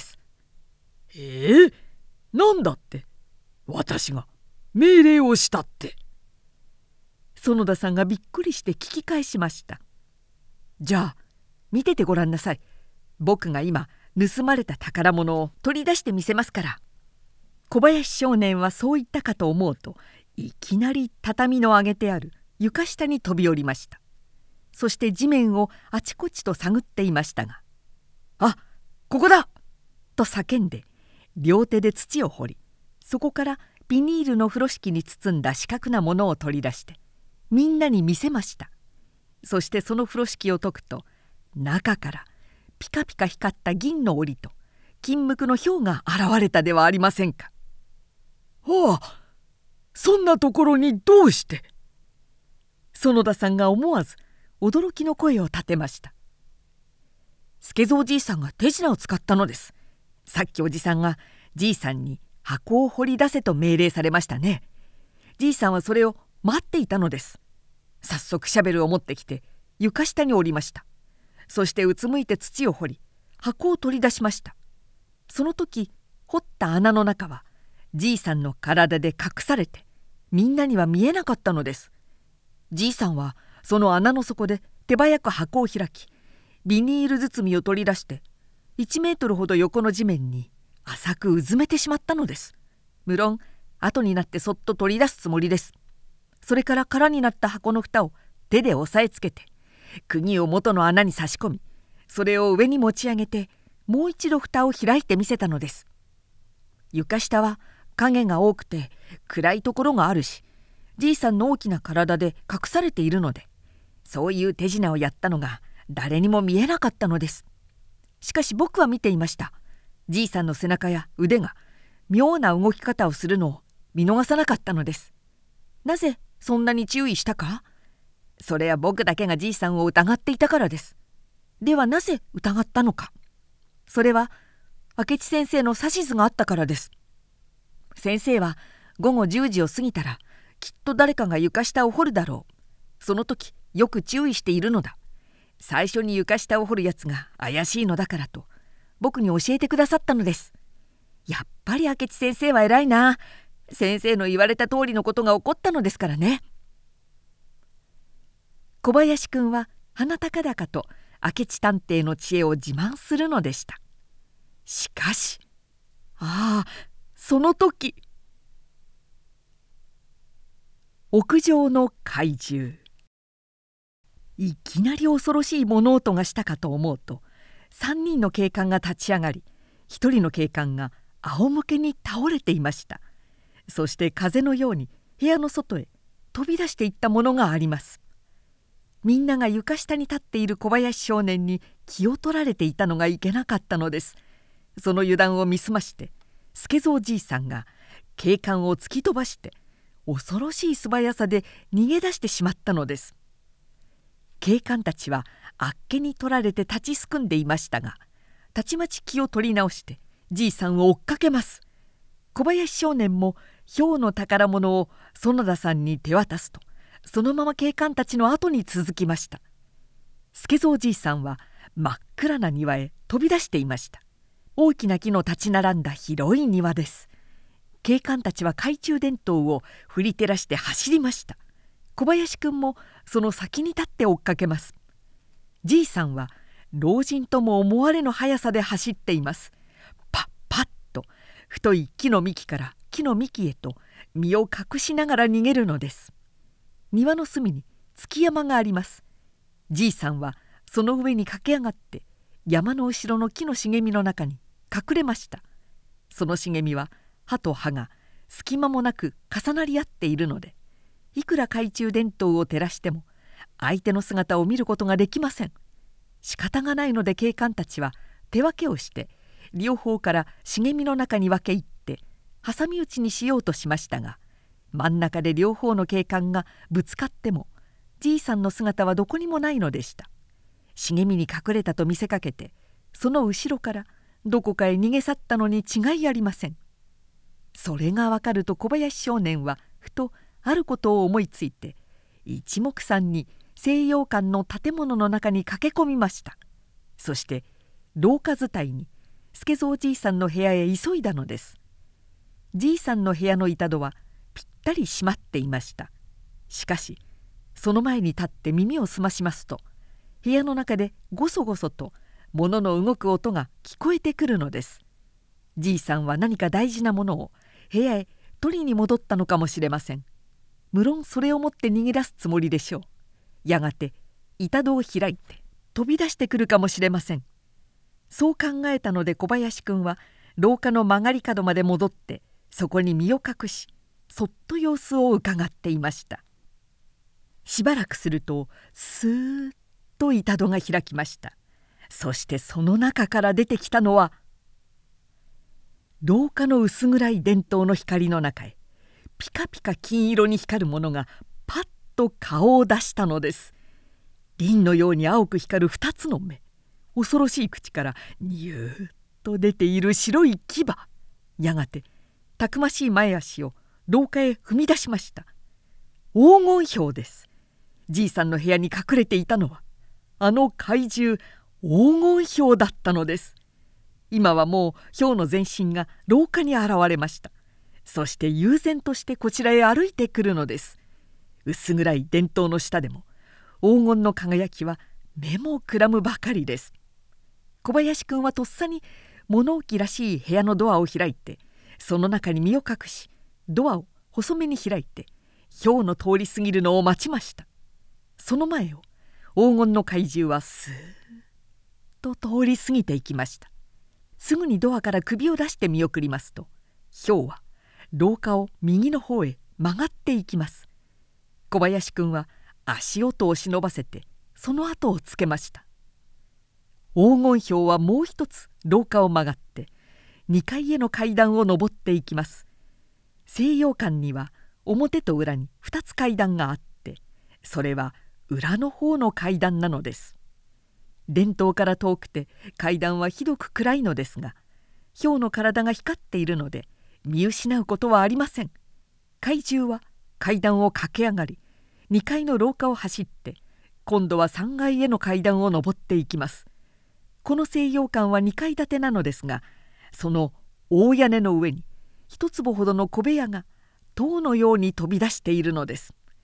なんだって？私が命令をしたって？ 園田さんがびっくりして聞き返しました。じゃあ見ててごらんなさい。僕が今盗まれた宝物を取り出してみせますから。小林少年はそう言ったかと思うと、いきなり畳の上げてある床下に飛び降りました。そして地面をあちこちと探っていましたが、あ、ここだと叫んで両手で土を掘り、そこからビニールの風呂敷に包んだ四角なものを取り出してみんなに見せました。そしてその風呂敷を解くと、中からピカピカ光った銀の檻と金無垢の豹が現れたではありませんか。 ああ、そんなところにどうして？ 園田さんが思わず驚きの声を立てました。助蔵じいさんが手品を使ったのです。さっきおじさんがじいさんに箱を掘り出せと命令されましたね。じいさんはそれを待っていたのです。早速シャベルを持ってきて床下に降りました。そしてうつむいて土を掘り箱を取り出しました。その時掘った穴の中はじいさんの体で隠されてみんなには見えなかったのです。じいさんはその穴の底で手早く箱を開き、ビニール包みを取り出して1メートルほど横の地面に浅くうずめてしまったのです。無論後になってそっと取り出すつもりです。それから空になった箱の蓋を手で押さえつけて釘を元の穴に差し込み、それを上に持ち上げてもう一度蓋を開いてみせたのです。床下は影が多くて暗いところがあるし、じいさんの大きな体で隠されているので、そういう手品をやったのが誰にも見えなかったのです。しかし僕は見ていました。じいさんの背中や腕が妙な動き方をするのを見逃さなかったのです。なぜそんなに注意したか？それは僕だけがじいさんを疑っていたからです。ではなぜ疑ったのか。それは明智先生の指図があったからです。先生は午後10時を過ぎたらきっと誰かが床下を掘るだろう。その時よく注意しているのだ。最初に床下を掘るやつが怪しいのだからと僕に教えてくださったのです。やっぱり明智先生は偉いな。先生の言われた通りのことが起こったのですからね。小林くんは鼻高々と明智探偵の知恵を自慢するのでした。しかし、その時、屋上の怪獣。いきなり恐ろしい物音がしたかと思うと、3人の警官が立ち上がり、1人の警官が仰向けに倒れていました。そして風のように部屋の外へ飛び出していったものがあります。みんなが床下に立っている小林少年に気を取られていたのがいけなかったのです。その油断を見すまして助蔵じいさんが警官を突き飛ばして恐ろしい素早さで逃げ出してしまったのです。警官たちはあっけに取られて立ちすくんでいましたが、たちまち気を取り直してじいさんを追っかけます。小林少年も豹の宝物を園田さんに手渡すと、そのまま警官たちの後に続きました。助蔵じいさんは真っ暗な庭へ飛び出していました。大きな木の立ち並んだ広い庭です。警官たちは懐中電灯を振り照らして走りました。小林くんもその先に立って追っかけます。じいさんは老人とも思われぬ速さで走っています。パッパッと太い木の幹から木の幹へと身を隠しながら逃げるのです。庭の隅に築山があります。じいさんはその上に駆け上がって山の後ろの木の茂みの中に隠れました。その茂みは葉と葉が隙間もなく重なり合っているので、いくら懐中電灯を照らしても相手の姿を見ることができません。仕方がないので警官たちは手分けをして両方から茂みの中に分け入って挟み撃ちにしようとしましたが、真ん中で両方の警官がぶつかってもじいさんの姿はどこにもないのでした。茂みに隠れたと見せかけてその後ろからどこかへ逃げ去ったのに違いありません。それがわかると小林少年はふとあることを思いついて一目散に西洋館の建物の中に駆け込みました。そして廊下伝いに助蔵じいさんの部屋へ急いだのです。じいさんの部屋の板戸はぴったり閉まっていました。しかしその前に立って耳を澄ましますと、部屋の中でごそごそと物の動く音が聞こえてくるのです。じいさんは何か大事なものを部屋へ取りに戻ったのかもしれません。無論それを持って逃げ出すつもりでしょう。やがて板戸を開いて飛び出してくるかもしれません。そう考えたので小林くんは廊下の曲がり角まで戻ってそこに身を隠し、そっと様子をうかがっていました。しばらくするとスーッと板戸が開きました。そしてその中から出てきたのは、廊下の薄暗い電灯の光の中へピカピカ金色に光るものがパッと顔を出したのです。輪のように青く光る2つの目、恐ろしい口からニューッと出ている白い牙、やがてたくましい前足を廊下へ踏み出しました。黄金ヒョウです。じいさんの部屋に隠れていたのはあの怪獣黄金ヒョウだったのです。今はもうヒョウの全身が廊下に現れました。そして悠然としてこちらへ歩いてくるのです。薄暗い電灯の下でも黄金の輝きは目もくらむばかりです。小林くんはとっさに物置らしい部屋のドアを開いて、その中に身を隠し、ドアを細めに開いてヒョウの通り過ぎるのを待ちました。その前を黄金の怪獣はスーッと通り過ぎていきました。すぐにドアから首を出して見送りますと、ヒョウは廊下を右の方へ曲がっていきます。小林くんは足音を忍ばせてその後をつけました。黄金ヒョウはもう一つ廊下を曲がって2階への階段を上っていきます。西洋館には表と裏に2つ階段があって、それは裏の方の階段なのです。電灯から遠くて階段はひどく暗いのですが、ヒョウの体が光っているので見失うことはありません。怪獣は階段を駆け上がり、2階の廊下を走って今度は3階への階段を上っていきます。この西洋館は2階建てなのですが、その大屋根の上に1坪ほどの小部屋が塔のように飛び出しているのです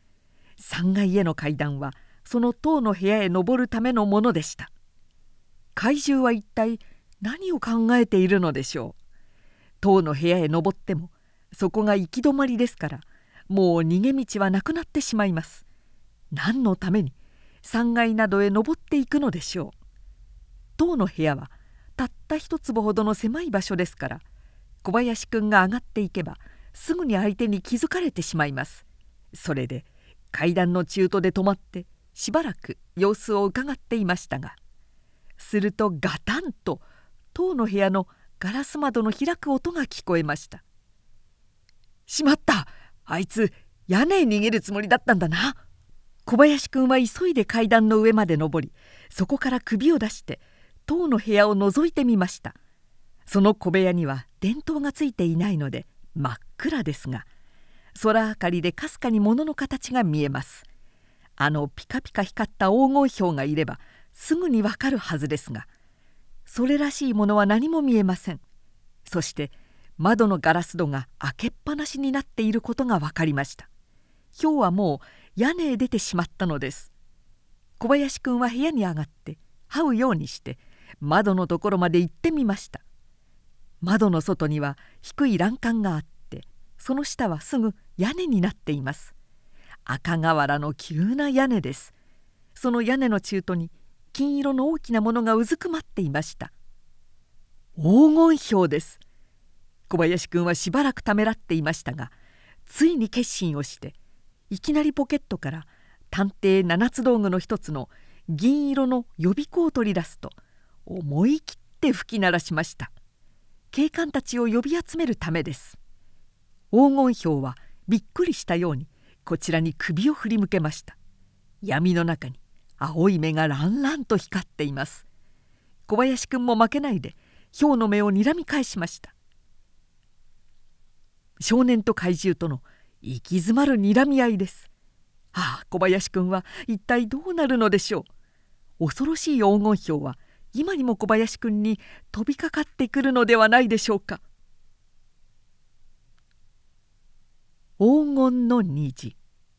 。3階への階段はその塔の部屋へ登るためのものでした。怪獣は一体何を考えているのでしょう。塔の部屋へ登ってもそこが行き止まりですから、もう逃げ道はなくなってしまいます。何のために3階などへ登っていくのでしょう。塔の部屋はたった1坪ほどの狭い場所ですから、小林くんが上がっていけばすぐに相手に気づかれてしまいます。それで階段の中途で止まってしばらく様子をうかがっていましたが、するとガタンと塔の部屋のガラス窓の開く音が聞こえました。しまった、あいつ屋根へ逃げるつもりだったんだな。小林くんは急いで階段の上まで登り、そこから首を出して塔の部屋を覗いてみました。その小部屋には電灯がついていないので真っ暗ですが、空明かりでかすかに物の形が見えます。あのピカピカ光った黄金ヒョウがいればすぐにわかるはずですが、それらしいものは何も見えません。そして窓のガラス戸が開けっぱなしになっていることが分かりました。ヒョウはもう屋根へ出てしまったのです。小林くんは部屋に上がって這うようにして窓のところまで行ってみました。窓の外には低い欄干があって、その下はすぐ屋根になっています。赤瓦の急な屋根です。その屋根の中途に金色の大きなものがうずくまっていました。黄金ヒョウです。小林くんはしばらくためらっていましたが、ついに決心をしていきなりポケットから探偵七つ道具の一つの銀色の予備香を取り出すと、思い切って吹き鳴らしました。警官たちを呼び集めるためです。黄金ヒョウはびっくりしたようにこちらに首を振り向けました。闇の中に青い目がランランと光っています。小林くんも負けないでヒョウの目を睨み返しました。少年と怪獣との息詰まる睨み合いです。 小林くんは一体どうなるのでしょう。恐ろしい黄金豹は今にも小林くんに飛びかかってくるのではないでしょうか。黄金の虹。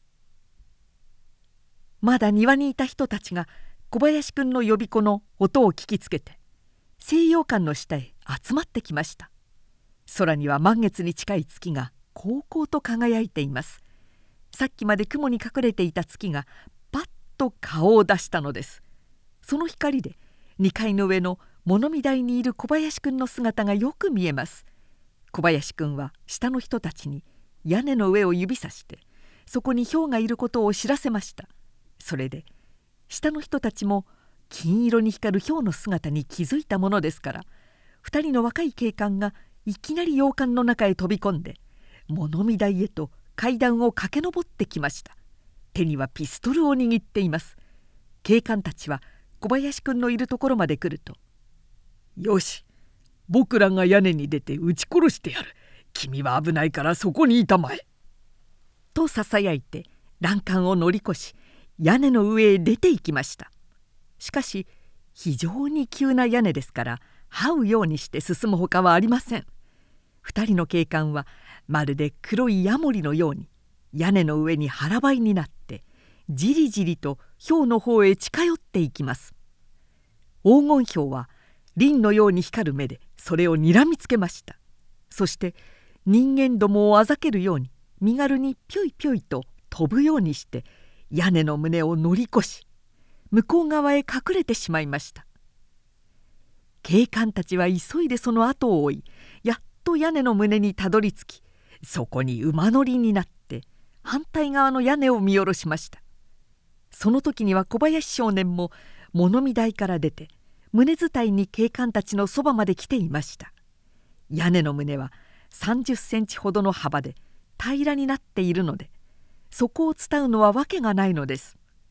まだ庭にいた人たちが小林くんの呼び子の音を聞きつけて西洋館の下へ集まってきました。空には満月に近い月がこうこうと輝いています。さっきまで雲に隠れていた月がパッと顔を出したのです。その光で2階の上の物見台にいる小林くんの姿がよく見えます。小林くんは下の人たちに屋根の上を指さしてそこにヒョウがいることを知らせました。それで下の人たちも金色に光るヒョウの姿に気づいたものですから、2人の若い警官がいきなり洋館の中へ飛び込んで物見台へと階段を駆け上ってきました。手にはピストルを握っています。警官たちは小林くんのいるところまで来ると、 よし、僕らが屋根に出て撃ち殺してやる。君は危ないからそこにいたまえ。 とささやいて欄干を乗り越し屋根の上へ出て行きました。しかし非常に急な屋根ですから這うようにして進むほかはありません。2人の警官はまるで黒いヤモリのように屋根の上に腹ばいになってじりじりとヒョウの方へ近寄っていきます。黄金ヒョウは輪のように光る目でそれをにらみつけました。そして人間どもをあざけるように身軽にぴょいぴょいと飛ぶようにして屋根の棟を乗り越し向こう側へ隠れてしまいました。警官たちは急いでその後を追い、やっと屋根の棟にたどり着き、そこに馬乗りになって反対側の屋根を見下ろしました。その時には小林少年も物見台から出て棟伝いに警官たちのそばまで来ていました。屋根の棟は30センチほどの幅で平らになっているので、そこを伝うのはわけがないのです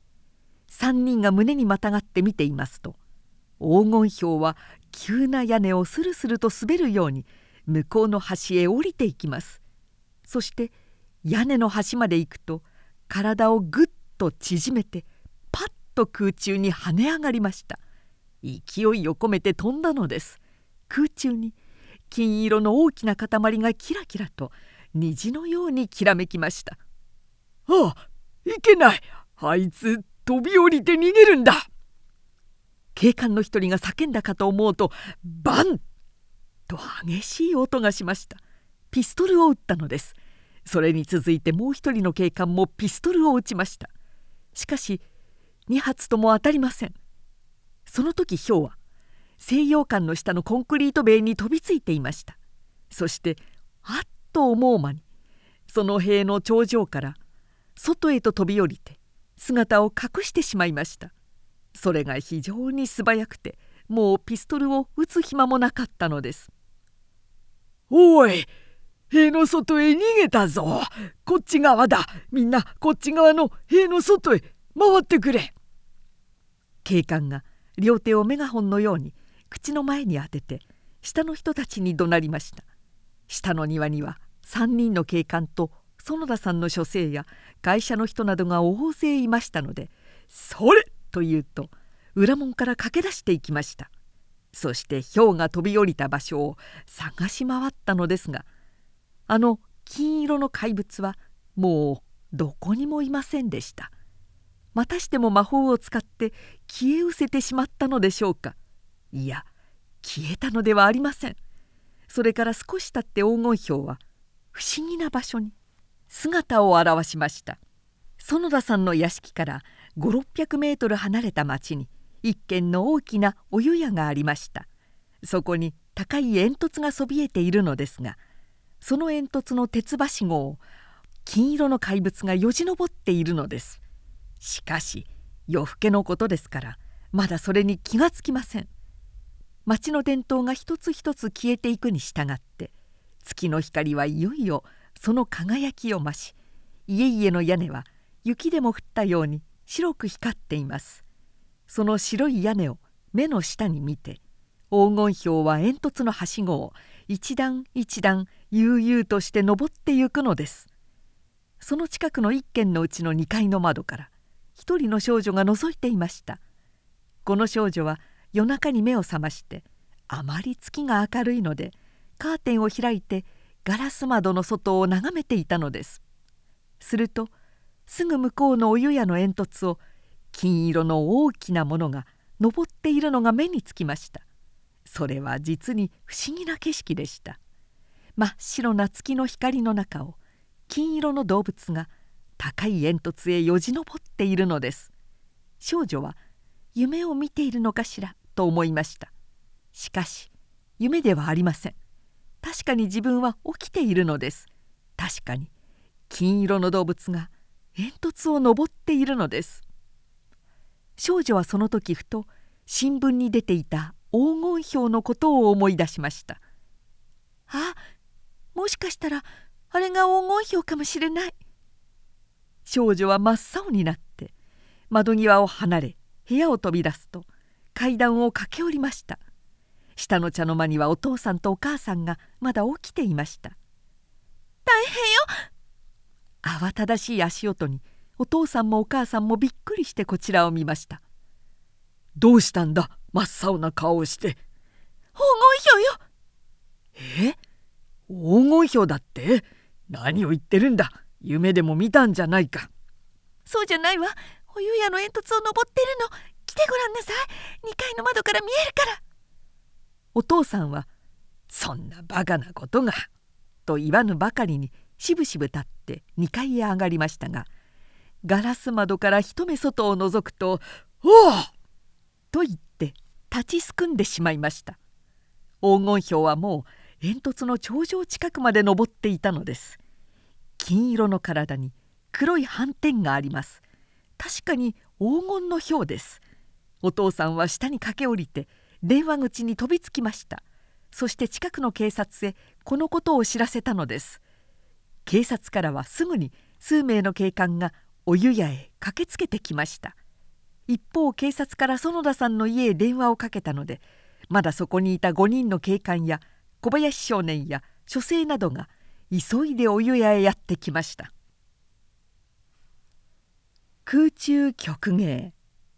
。3人が胸にまたがって見ていますと、黄金ヒョウは急な屋根をスルスルと滑るように向こうの端へ降りていきます。そして屋根の端まで行くと体をぐっと縮めてパッと空中に跳ね上がりました。勢いを込めて飛んだのです。空中に金色の大きな塊がキラキラと虹のようにきらめきました。 ああ、いけない。あいつ飛び降りて逃げるんだ。 警官の一人が叫んだかと思うと、バンと激しい音がしました。ピストルを撃ったのです。それに続いてもう一人の警官もピストルを撃ちました。しかし2発とも当たりません。その時ヒョウは西洋館の下のコンクリート塀に飛びついていました。そしてあっと思う間にその塀の頂上から外へと飛び降りて姿を隠してしまいました。それが非常に素早くて、もうピストルを撃つ暇もなかったのです。 おい、塀の外へ逃げたぞ。こっち側だ。みんなこっち側の塀の外へ回ってくれ。 警官が両手をメガホンのように口の前に当てて下の人たちに怒鳴りました。下の庭には3人の警官と園田さんの書生や会社の人などが大勢いましたので、それと言うと裏門から駆け出していきました。そしてヒョウが飛び降りた場所を探し回ったのですが、あの金色の怪物はもうどこにもいませんでした。またしても魔法を使って消え失せてしまったのでしょうか。いや、消えたのではありません。それから少し経って黄金ヒョウは不思議な場所に姿を現しました。園田さんの屋敷から500-600メートル離れた町に一軒の大きなお湯屋がありました。そこに高い煙突がそびえているのですが、その煙突の鉄はしごを金色の怪物がよじ登っているのです。しかし夜更けのことですからまだそれに気がつきません。町の伝統が一つ一つ消えていくに従って月の光はいよいよその輝きを増し、家々の屋根は雪でも降ったように白く光っています。その白い屋根を目の下に見て、黄金ヒョウは煙突のはしごを一段一段悠々として登ってゆくのです。 その近くの一軒のうちの2階の窓から一人の少女が覗いていました。この少女は夜中に目を覚まして、あまり月が明るいのでカーテンを開いてガラス窓の外を眺めていたのです。するとすぐ向こうのお湯屋の煙突を金色の大きなものが登っているのが目につきました。それは実に不思議な景色でした。真っ白な月の光の中を金色の動物が高い煙突へよじ登っているのです。少女は夢を見ているのかしらと思いました。しかし夢ではありません。確かに自分は起きているのです。確かに金色の動物が煙突を登っているのです。少女はその時ふと新聞に出ていた黄金標のことを思い出しました。あ、もしかしたらあれが黄金標かもしれない。少女は真っ青になって窓際を離れ部屋を飛び出すと階段を駆け下りました。下の茶の間にはお父さんとお母さんがまだ起きていました。大変よ。慌ただしい足音にお父さんもお母さんもびっくりしてこちらを見ました。 どうしたんだ、真っ青な顔をして。 黄金標よ。 黄金標だって？何を言ってるんだ。夢でも見たんじゃないか。 そうじゃないわ。お湯屋の煙突を登ってるの。来てごらんなさい。2階の窓から見えるから。お父さんはそんなバカなことがと言わぬばかりにしぶしぶ立って2階へ上がりましたが、ガラス窓から一目外を覗くと「おお!」と言って立ちすくんでしまいました。黄金標はもう煙突の頂上近くまで登っていたのです。金色の体に黒い斑点があります。確かに黄金の標です。お父さんは下に駆け下りて電話口に飛びつきました。そして近くの警察へこのことを知らせたのです。警察からはすぐに数名の警官がお湯屋へ駆けつけてきました。一方警察から園田さんの家へ電話をかけたので、まだそこにいた5人の警官や小林少年や書生などが急いでお湯屋へやってきました。空中曲芸。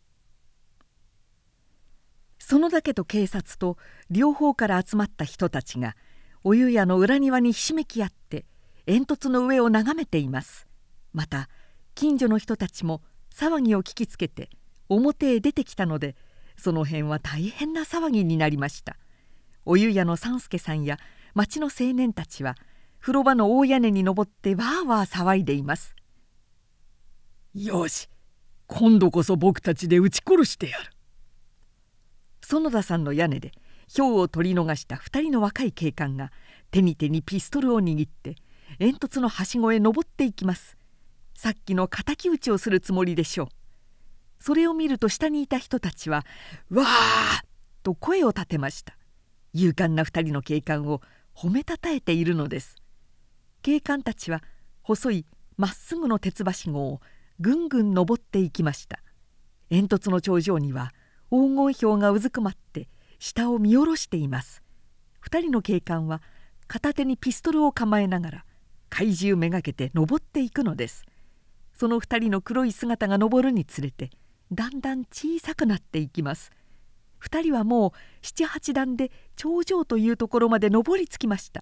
園田家と警察と両方から集まった人たちがお湯屋の裏庭にひしめき合って煙突の上を眺めています。また近所の人たちも騒ぎを聞きつけて表へ出てきたので、その辺は大変な騒ぎになりました。お湯屋の三助さんや町の青年たちは風呂場の大屋根に登ってわーわー騒いでいます。 よし、今度こそ僕たちで撃ち殺してやる。 園田さんの屋根で票を取り逃した2人の若い警官が手にピストルを握って煙突のはしごへ登っていきます。さっきの敵討ちをするつもりでしょう。それを見ると下にいた人たちは「わー!」と声を立てました。勇敢な2人の警官を褒めたたえているのです。警官たちは細いまっすぐの鉄はしごをぐんぐん登っていきました。煙突の頂上には黄金標がうずくまって下を見下ろしています。2人の警官は片手にピストルを構えながら怪獣めがけて登っていくのです。その2人の黒い姿が登るにつれてだんだん小さくなっていきます。2人はもう7、8段で頂上というところまで登りつきました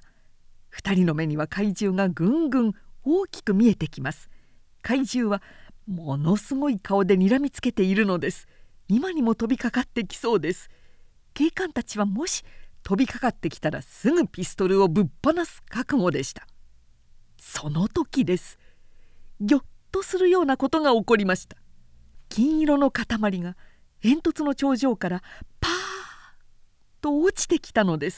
。2人の目には怪獣がぐんぐん大きく見えてきます。怪獣はものすごい顔で睨みつけているのです。今にも飛びかかってきそうです。警官たちはもし飛びかかってきたらすぐピストルをぶっ放す覚悟でした。その時です。ぎょっとするようなことが起こりました。金色の塊が煙突の頂上からパーッと落ちてきたのです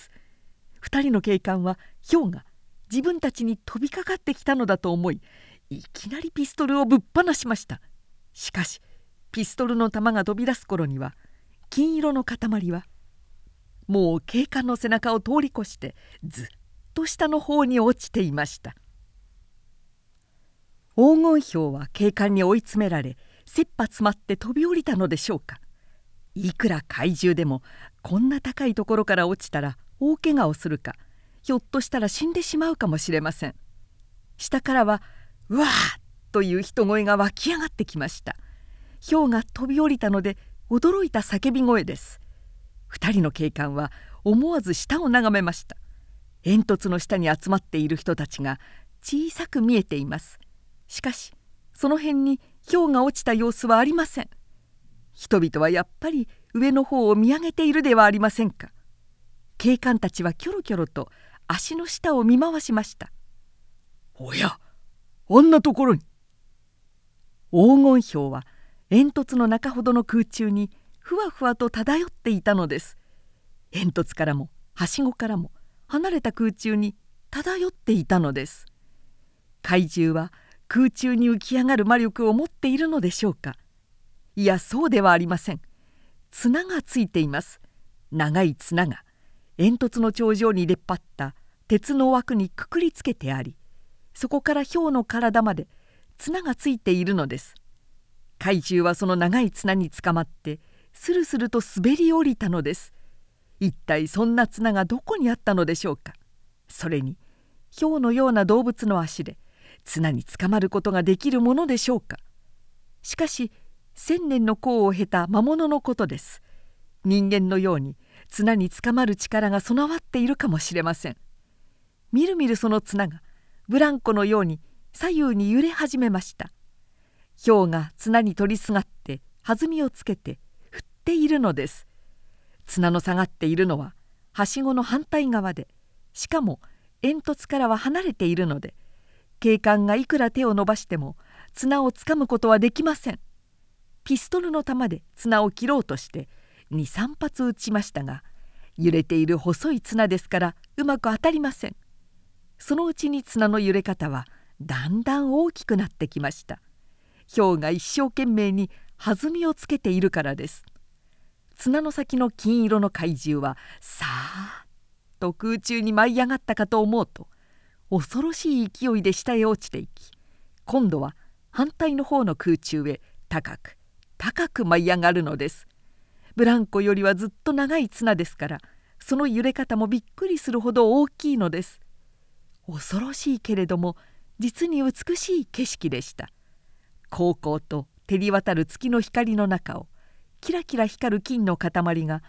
。2人の警官はヒョウが自分たちに飛びかかってきたのだと思い、いきなりピストルをぶっ放しました。しかしピストルの弾が飛び出す頃には金色の塊はもう警官の背中を通り越してずっと下の方に落ちていました。黄金標は警官に追い詰められ切羽詰まって飛び降りたのでしょうか。いくら怪獣でもこんな高いところから落ちたら大怪我をするか、ひょっとしたら死んでしまうかもしれません。下からはうわーという人声が湧き上がってきました。ヒョウが飛び降りたので驚いた叫び声です。2人の警官は思わず下を眺めました。煙突の下に集まっている人たちが小さく見えています。しかしその辺にヒョウが落ちた様子はありません。人々はやっぱり上の方を見上げているではありませんか。警官たちはキョロキョロと足の下を見回しました。 おや、あんなところに。 黄金ヒョウは煙突の中ほどの空中にふわふわと漂っていたのです。煙突からもはしごからも離れた空中に漂っていたのです。怪獣は空中に浮き上がる魔力を持っているのでしょうか。いや、そうではありません。綱がついています。長い綱が煙突の頂上に出っ張った鉄の枠にくくりつけてあり、そこからヒョウの体まで綱がついているのです。怪獣はその長い綱につかまってスルスルと滑り降りたのです。一体そんな綱がどこにあったのでしょうか。それにヒョウのような動物の足で綱につかまることができるものでしょうか。しかし1000年の功を経た魔物のことです。人間のように綱につかまる力が備わっているかもしれません。みるみるその綱がブランコのように左右に揺れ始めました。ヒョウが綱に取りすがって弾みをつけて振っているのです。綱の下がっているのははしごの反対側で、しかも煙突からは離れているので、警官がいくら手を伸ばしても綱をつかむことはできません。ピストルの弾で綱を切ろうとして2、3発撃ちましたが、揺れている細い綱ですからうまく当たりません。そのうちに綱の揺れ方はだんだん大きくなってきました。ヒョウが一生懸命に弾みをつけているからです。綱の先の金色の怪獣はさーっと空中に舞い上がったかと思うと、恐ろしい勢いで下へ落ちていき、今度は反対の方の空中へ高く高く舞い上がるのです。ブランコよりはずっと長い綱ですから、その揺れ方もびっくりするほど大きいのです。恐ろしいけれども実に美しい景色でした。こうこうと照り渡る月の光の中をキラキラ光る金の塊が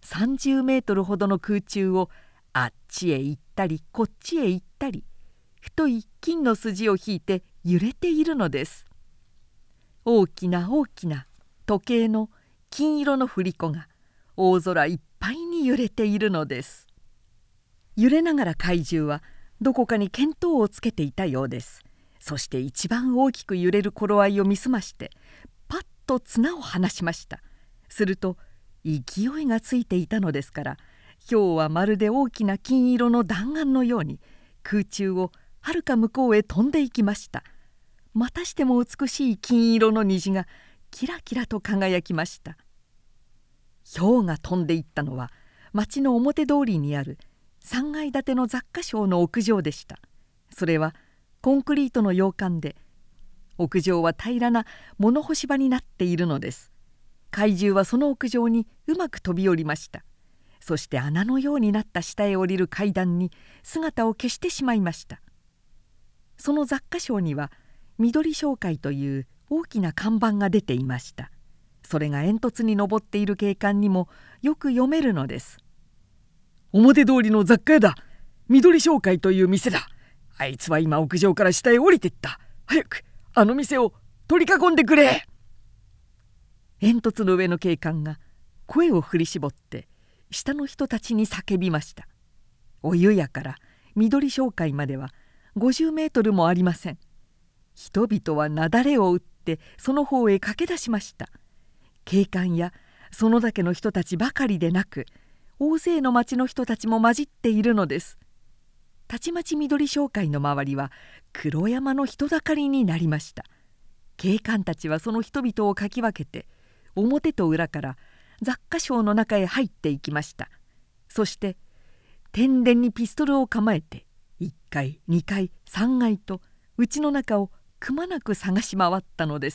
30メートルほどの空中をあっちへ行ったりこっちへ行ったり、太い金の筋を引いて揺れているのです。大きな大きな時計の金色の振り子が大空いっぱいに揺れているのです。揺れながら怪獣はどこかに見当をつけていたようです。そして一番大きく揺れる頃合いを見すましてパッと綱を離しました。すると勢いがついていたのですから、ヒョウはまるで大きな金色の弾丸のように空中をはるか向こうへ飛んでいきました。またしても美しい金色の虹がキラキラと輝きました。ヒョウが飛んでいったのは町の表通りにある3階建ての雑貨商の屋上でした。それはコンクリートの洋館で、屋上は平らな物干し場になっているのです。怪獣はその屋上にうまく飛び降りました。そして穴のようになった下へ降りる階段に姿を消してしまいました。その雑貨商には緑商会という大きな看板が出ていました。それが煙突に登っている警官にもよく読めるのです。 表通りの雑貨屋だ。緑商会という店だ。あいつは今屋上から下へ降りていった。早くあの店を取り囲んでくれ。 煙突の上の警官が声を振り絞って下の人たちに叫びました。お湯屋から緑商会までは50メートルもありません。人々は雪崩を打ってその方へ駆け出しました。警官やそのだけの人たちばかりでなく、大勢の町の人たちも混じっているのです。たちまち緑商会の周りは黒山の人だかりになりました。警官たちはその人々をかき分けて表と裏から雑貨商の中へ入っていきました。そして天然にピストルを構えて1階2階3階と家の中をくまなく探し回ったのです。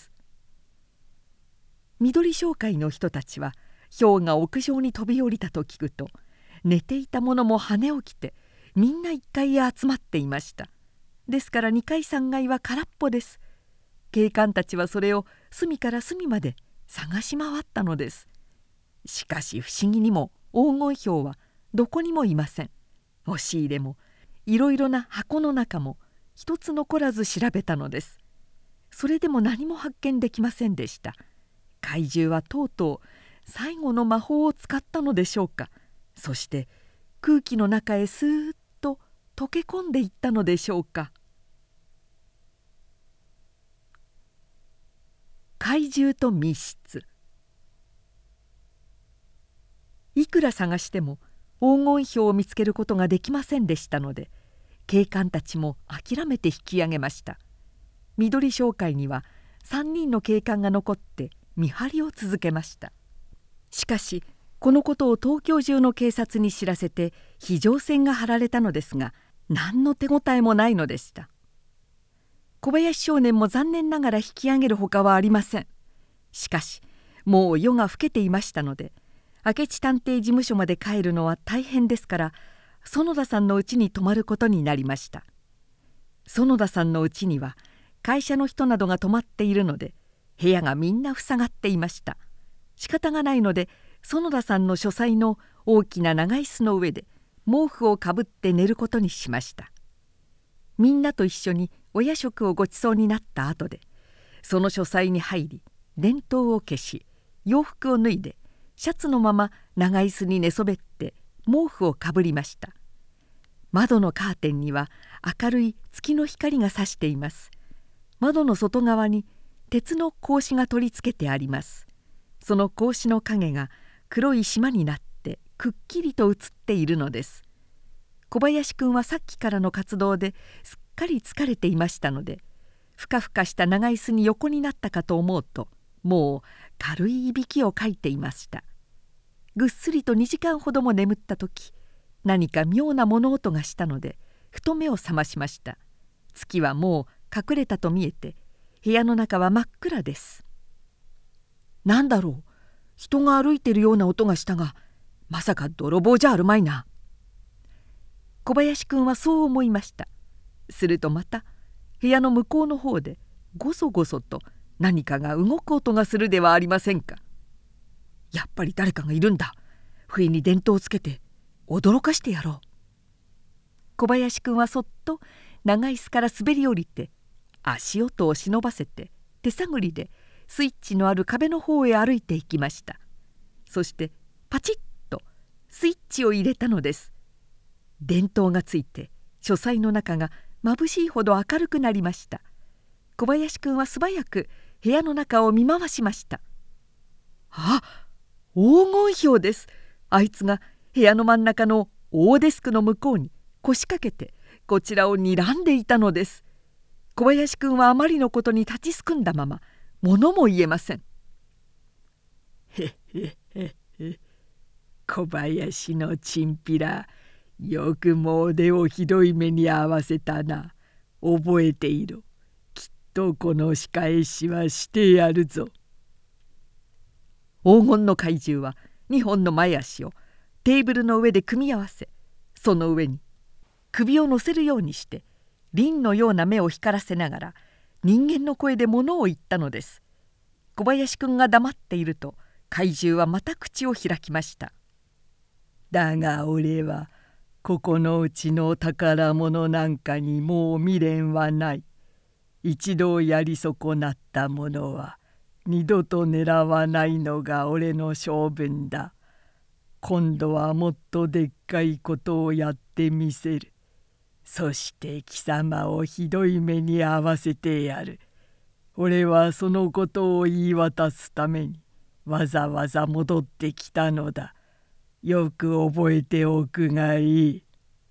緑商会の人たちはヒョウが屋上に飛び降りたと聞くと、寝ていた者も跳ね起きてみんな1階へ集まっていました。 ですから2階3階は空っぽです。警官たちはそれを隅から隅まで探し回ったのです。しかし不思議にも黄金ヒョウはどこにもいません。押し入れもいろいろな箱の中も一つ残らず調べたのです。それでも何も発見できませんでした。怪獣はとうとう最後の魔法を使ったのでしょうか。そして空気の中へスーッと溶け込んでいったのでしょうか。怪獣と密室。いくら探しても黄金ヒョウを見つけることができませんでしたので、警官たちも諦めて引き上げました。緑商会には3人の警官が残って見張りを続けました。しかしこのことを東京中の警察に知らせて非常線が張られたのですが、何の手応えもないのでした。小林少年も残念ながら引き上げるほかはありません。しかしもう夜が更けていましたので、明智探偵事務所まで帰るのは大変ですから、園田さんの家に泊まることになりました。園田さんの家には会社の人などが泊まっているので、部屋がみんな塞がっていました。仕方がないので、園田さんの書斎の大きな長椅子の上で毛布をかぶって寝ることにしました。みんなと一緒にお夜食をごちそうになった後で、その書斎に入り、電灯を消し、洋服を脱いでシャツのまま長椅子に寝そべって毛布をかぶりました。窓のカーテンには明るい月の光が差しています。窓の外側に鉄の格子が取り付けてあります。その格子の影が黒い島になってくっきりと映っているのです。小林くんはさっきからの活動ですっかり疲れていましたので、ふかふかした長椅子に横になったかと思うと、もう軽いいびきをかいていました。ぐっすりと2時間ほども眠った時、何か妙な物音がしたのでふと目を覚ましました。月はもう隠れたと見えて、部屋の中は真っ暗です。なんだろう、人が歩いているような音がしたが、まさか泥棒じゃあるまいな。小林くんはそう思いました。するとまた部屋の向こうの方でごそごそと何かが動く音がするではありませんか。やっぱり誰かがいるんだ。不意に電灯をつけて驚かしてやろう。小林くんはそっと長椅子から滑り降りて、足音を忍ばせて手探りでスイッチのある壁の方へ歩いていきました。そしてパチッとスイッチを入れたのです。電灯がついて書斎の中が眩しいほど明るくなりました。小林くんは素早く部屋の中を見回しました。あ、黄金ヒョウです。あいつが部屋の真ん中の大デスクの向こうに腰掛けてこちらを睨んでいたのです。小林くんはあまりのことに立ちすくんだまま物も言えません。 へっへっへっへ、小林のチンピラ、よくも腕をひどい目に遭わせたな。覚えていろ。きっとこの仕返しはしてやるぞ。 黄金の怪獣は2本の前足をテーブルの上で組み合わせ、その上に首を乗せるようにして輪のような目を光らせながら人間の声で物を言ったのです。小林くんが黙っていると怪獣はまた口を開きました。 だが俺はここのうちの宝物なんかにもう未練はない。一度やり損なったものは二度と狙わないのが俺の性分だ。今度はもっとでっかいことをやってみせる。そして貴様をひどい目に遭わせてやる。俺はそのことを言い渡すためにわざわざ戻ってきたのだ。よく覚えておくがいい。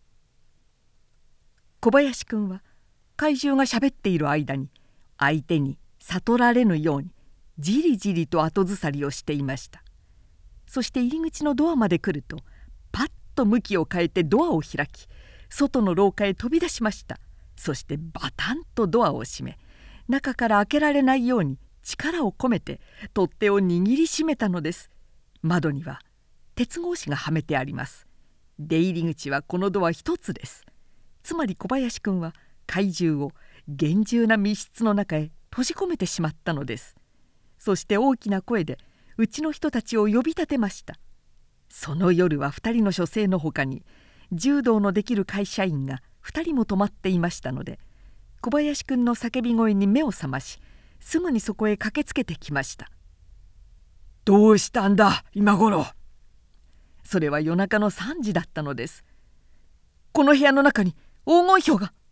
小林くんは怪獣がしゃべっている間に相手に悟られぬようにじりじりと後ずさりをしていました。そして入り口のドアまで来るとパッと向きを変えてドアを開き、外の廊下へ飛び出しました。そしてバタンとドアを閉め、中から開けられないように力を込めて取っ手を握りしめたのです。窓には鉄格子がはめてあります。出入り口はこのドア一つです。つまり小林くんは怪獣を厳重な密室の中へ閉じ込めてしまったのです。そして大きな声でうちの人たちを呼び立てました。その夜は2人の書生のほかに柔道のできる会社員が2人も泊まっていましたので、小林くんの叫び声に目を覚まし、すぐにそこへ駆けつけてきました。 どうしたんだ今頃。 それは夜中の3時だったのです。この部屋の中に黄金ヒョウが。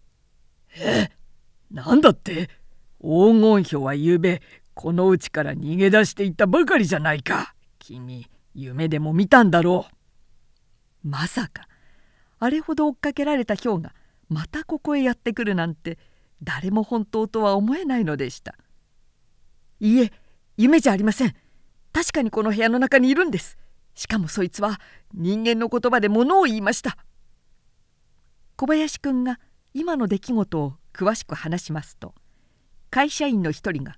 なんだって。黄金ヒョウはゆうべこの家から逃げ出していったばかりじゃないか。君夢でも見たんだろう。まさかあれほど追っかけられたヒョウがまたここへやってくるなんて、誰も本当とは思えないのでした。いいえ、夢じゃありません。確かにこの部屋の中にいるんです。しかもそいつは人間の言葉で物を言いました。小林くんが今の出来事を詳しく話しますと、会社員の一人が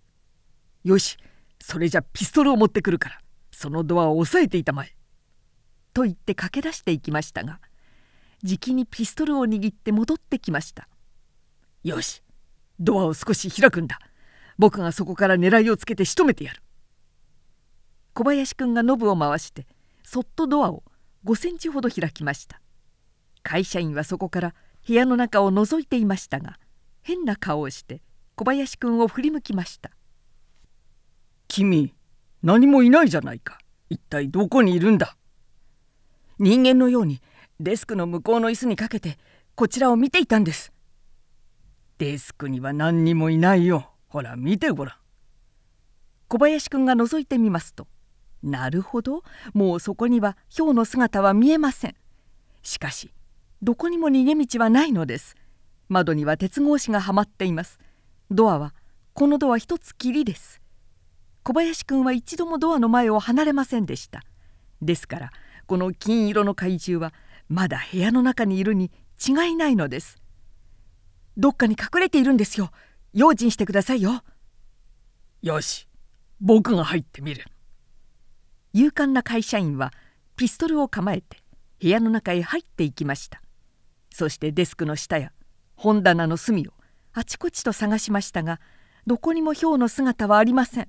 「よし、それじゃピストルを持ってくるからそのドアを押さえていたまえ」 と言って駆け出していきましたが、じきにピストルを握って戻ってきました。 よし、ドアを少し開くんだ。僕がそこから狙いをつけて仕留めてやる。 小林くんがノブを回してそっとドアを5センチほど開きました。会社員はそこから部屋の中を覗いていましたが、変な顔をして小林くんを振り向きました。 君、何もいないじゃないか。一体どこにいるんだ。 人間のようにデスクの向こうの椅子にかけてこちらを見ていたんです。 デスクには何にもいないよ。ほら見てごらん。 小林くんが覗いてみますと、なるほど、もうそこにはヒョウの姿は見えません。しかしどこにも逃げ道はないのです。窓には鉄格子がはまっています。ドアはこのドア一つきりです。小林くんは一度もドアの前を離れませんでした。ですからこの金色の怪獣はまだ部屋の中にいるに違いないのです。どっかに隠れているんですよ。用心してくださいよ。 よし、僕が入ってみる。 勇敢な会社員はピストルを構えて部屋の中へ入っていきました。そしてデスクの下や本棚の隅をあちこちと探しましたが、どこにもヒョウの姿はありません。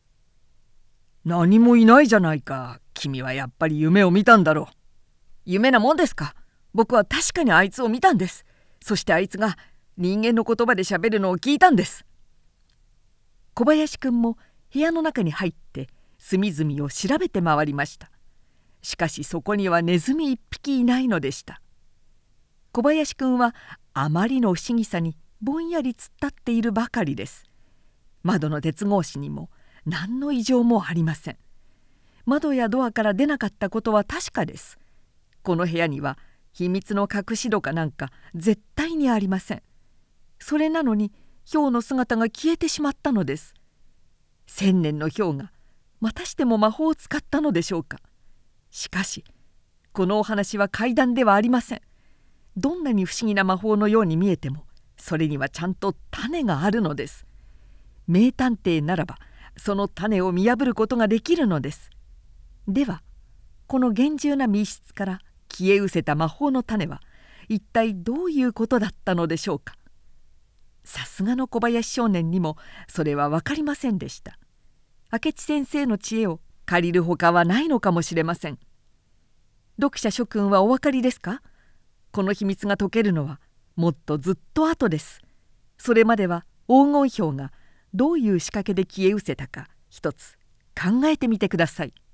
何もいないじゃないか。君はやっぱり夢を見たんだろう。 夢なもんですか。僕は確かにあいつを見たんです。そしてあいつが人間の言葉でしゃべるのを聞いたんです。小林くんも部屋の中に入って隅々を調べて回りました。しかしそこにはネズミ一匹いないのでした。小林くんはあまりの不思議さにぼんやり突っ立っているばかりです。窓の鉄格子にも何の異常もありません。窓やドアから出なかったことは確かです。この部屋には秘密の隠し戸かなんか絶対にありません。それなのにヒョウの姿が消えてしまったのです。千年のヒョウがまたしても魔法を使ったのでしょうか。しかしこのお話は怪談ではありません。どんなに不思議な魔法のように見えても、それにはちゃんと種があるのです。名探偵ならばその種を見破ることができるのです。ではこの厳重な密室から消え失せた魔法の種は一体どういうことだったのでしょうか。さすがの小林少年にもそれは分かりませんでした。明智先生の知恵を借りるほかはないのかもしれません。読者諸君はお分かりですか。この秘密が解けるのはもっとずっと後です。それまでは黄金ヒョウがどういう仕掛けで消え失せたか一つ考えてみてください。